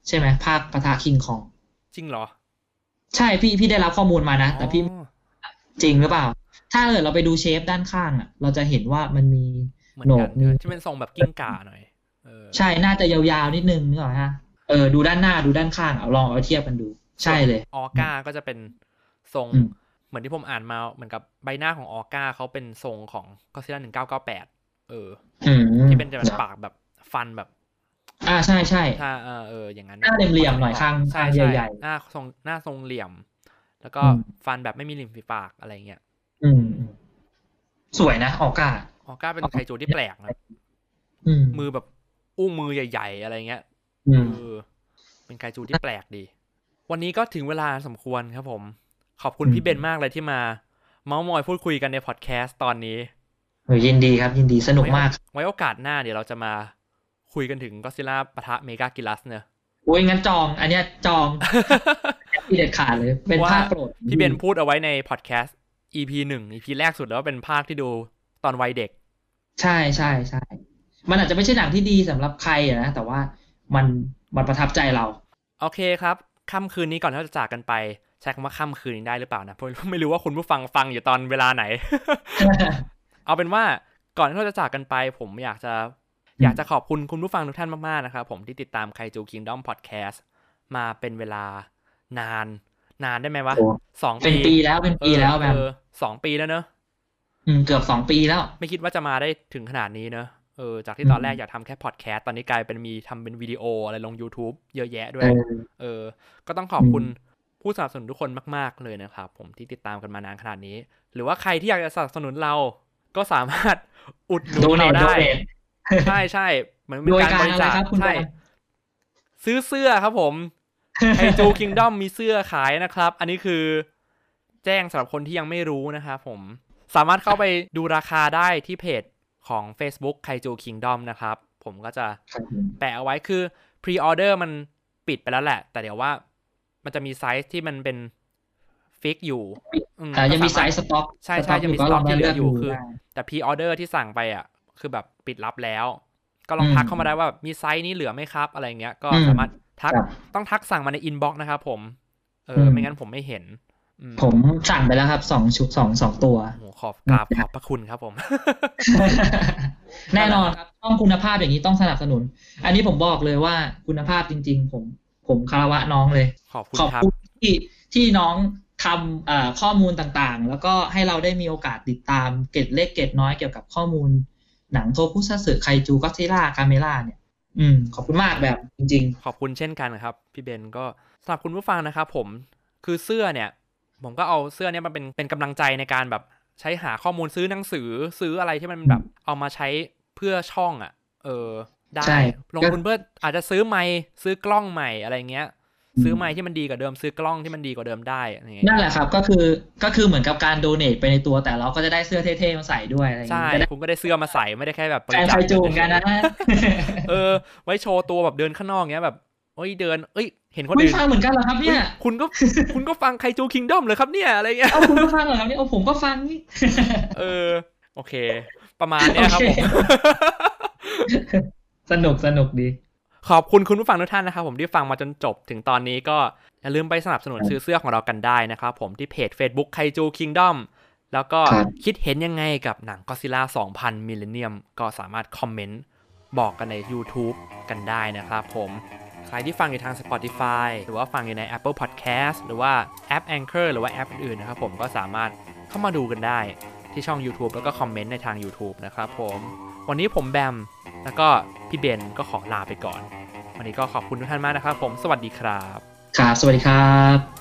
ใช่ไหมภาคปะทะคิงคองจริงเหรอใช่พี่ได้รับข้อมูลมานะอ๋อแต่พี่จริงหรือเปล่าถ้าเกิดเราไปดูเชฟด้านข้างอ่ะเราจะเห็นว่ามันมีเหมือโหนกมีนกันใช่ไหมที่เป็นทรงแบบกิ้งก่าหน่อยเออใช่น่าจะยาวๆนิดนึงนึกออกฮะดูด้านหน้าดูด้านข้างเอาลองเอาเทียบกันดูส่วนใช่เลยออก้าก็จะเป็นทรงอืมเหมือนที่ผมอ่านมาเหมือนกับใบหน้าของออก้าเขาเป็นทรงของก็ซิล่า1998เอออืมที่เป็นจะเป็นปากแบบฟันแบบใช่ใช่ถ้าอย่างนั้นหน้าเหลี่ยมๆหน่อยข้างใช่ใช่ใหญ่หน้าทรงเหลี่ยมแล้วก็ๆฟันแบบไม่มีริมฝีปากอะไรเงี้ยอืมสวยนะออก้าออก้าเป็นไคจูที่แปลกนะอืมมือแบบอุ้งมือใหญ่ๆอะไรเงี้ยอืเอมอเป็นไคจูที่แปลกดีวันนี้ก็ถึงเวลาสมควรครับผมขอบคุณพี่เบนมากเลยที่มาเม้ามอยพูดคุยกันในพอดแคสต์ตอนนี้ยินดีครับยินดีสนุกมากไว้โอกาสหน้าเดี๋ยวเราจะมาคุยกันถึงก็ซิล่าปะทะเมกากิลัสเนอะโอ้ยงั้นจองอันเนี้ยจองที่เด็ดขาดเลยเป็นภาคโปรดพี่เบนพูดเอาไว้ในพอดแคสต์ EP 1 EP แรกสุดแล้วว่าเป็นภาคที่ดูตอนวัยเด็กใช่ใช่ใช่มันอาจจะไม่ใช่หนังที่ดีสำหรับใครนะแต่ว่ามันมันประทับใจเราโอเคครับค่ำคืนนี้ก่อนที่เราจะจากกันไปใช้คำว่าค่ำคืนนี้ได้หรือเปล่านะเพราะไม่รู้ว่าคุณผู้ฟังอยู่ตอนเวลาไหน เอาเป็นว่าก่อนที่เราจะจากกันไปผมอยากจะขอบคุณคุณผู้ฟังทุกท่านมากๆนะครับผมที่ติดตามไคจูคิงดอมพอดแคสต์มาเป็นเวลานานได้ไหมวะ2 เป็นปีแล้วเป็นปีแล้วแบบ 2 ปีแล้วเนอะเกือบ2 ปีแล้วไม่คิดว่าจะมาได้ถึงขนาดนี้เนอะจากที่ตอนแรกอยากทำแค่พอดแคสต์ตอนนี้กลายเป็นมีทำเป็นวิดีโออะไรลง YouTube เยอะแยะด้วยก็ต้องขอบคุณผู้สนับสนุนทุกคนมากๆเลยนะครับผมที่ติดตามกันมานานขนาดนี้หรือว่าใครที่อยากจะสนับสนุนเราก็สามารถอุดหนุนเราได้ใช่เหมือนเป็นการบริจาคใช่ซื้อเสื้อครับผมไคจูคิงดอมมีเสื้อขายนะครับอันนี้คือแจ้งสำหรับคนที่ยังไม่รู้นะครับผมสามารถเข้าไปดูราคาได้ที่เพจของ Facebook ไคจูคิงดอมนะครับผมก็จะแปะเอาไว้คือพรีออเดอร์มันปิดไปแล้วแหละแต่เดี๋ยวว่ามันจะมีไซส์ที่มันเป็นฟิกอยู่ยังมีไซส์สต็อกใช่ยังมีสต็อกที่เหลืออยู่คือแต่พรีออเดอร์ที่สั่งไปอ่ะคือแบบปิดรับแล้วก็ลองทักเข้ามาได้ว่ามีไซส์นี้เหลือไหมครับอะไรเงี้ยก็สามารถทักต้องทักสั่งมาในอินบ็อกซ์นะครับผมไม่งั้นผมไม่เห็นผมสั่งไปแล้วครับ2 ชุด2ตัวโอ้ขอบกราบขอบพระคุณครับผมแน่นอนครับต้องคุณภาพอย่างนี้ต้องสนับสนุนอันนี้ผมบอกเลยว่าคุณภาพจริงๆผมคารวะน้องเลยขอบคุณครับที่น้องทำข้อมูลต่างๆแล้วก็ให้เราได้มีโอกาสติดตามเกร็ดเล็กเกร็ดน้อยเกี่ยวกับข้อมูลหนังโทคุซัตสึไคจูก็อดซิลล่ากาเมล่าเนี่ยขอบคุณมากแบบจริงๆขอบคุณเช่นกันครับพี่เบนก็สำหรับคุณผู้ฟังนะครับผมคือเสื้อเนี่ยผมก็เอาเสื้อเนี่ยมาเป็นกำลังใจในการแบบใช้หาข้อมูลซื้อหนังสือซื้ออะไรที่มันแบบเอามาใช้เพื่อช่องได้ลงทุนเพื่ออาจจะซื้อไมค์ซื้อกล้องใหม่อะไรเงี้ยซื้อไมค์ที่มันดีกว่าเดิมซื้อกล้องที่มันดีกว่าเดิมได้นั่นแหละครับก็คือเหมือนกับการโดเนทไปในตัวแต่เราก็จะได้เสื้อเท่ๆมาใส่ด้วยอะไรอย่างเงี้ยใช่คุณก็ได้เสื้อมาใส่ไม่ได้แค่แบบการไฟจูงกันนะไว้โชว์ตัวแบบเดินข้างนอกเงี้ยแบบเดินเห็นคนอื่นฟังเหมือนกันเหรอครับเนี่ยคุณก็ฟังไคจูคิงดอมเลยครับเนี่ยอะไรเงี้ยคุณก็ฟังเหรอครับเนี่ยผมก็ฟังนี่โอเคประมาณนี้ครับผมสนุกดีขอบคุณคุณผู้ฟังทุกท่านนะครับผมที่ฟังมาจนจบถึงตอนนี้ก็อย่าลืมไปสนับสนุนซื้อเสื้อของเรากันได้นะครับผมที่เพจ Facebook ไคจูคิงดอมแล้วก็คิดเห็นยังไงกับหนังก็อดซิลล่า 2000 มิลเลนเนียมก็สามารถคอมเมนต์บอกกันใน YouTube กันได้นะครับผมใครที่ฟังอยู่ทาง Spotify หรือว่าฟังอยู่ใน Apple Podcast หรือว่าแอป Anchor หรือว่าแอปอื่นๆนะครับผมก็สามารถเข้ามาดูกันได้ที่ช่อง YouTube แล้วก็คอมเมนต์ในทาง YouTube นะครับผมวันนี้ผมแบมแล้วก็พี่เบนก็ขอลาไปก่อนวันนี้ก็ขอบคุณทุกท่านมากนะครับผมสวัสดีครับครับสวัสดีครับ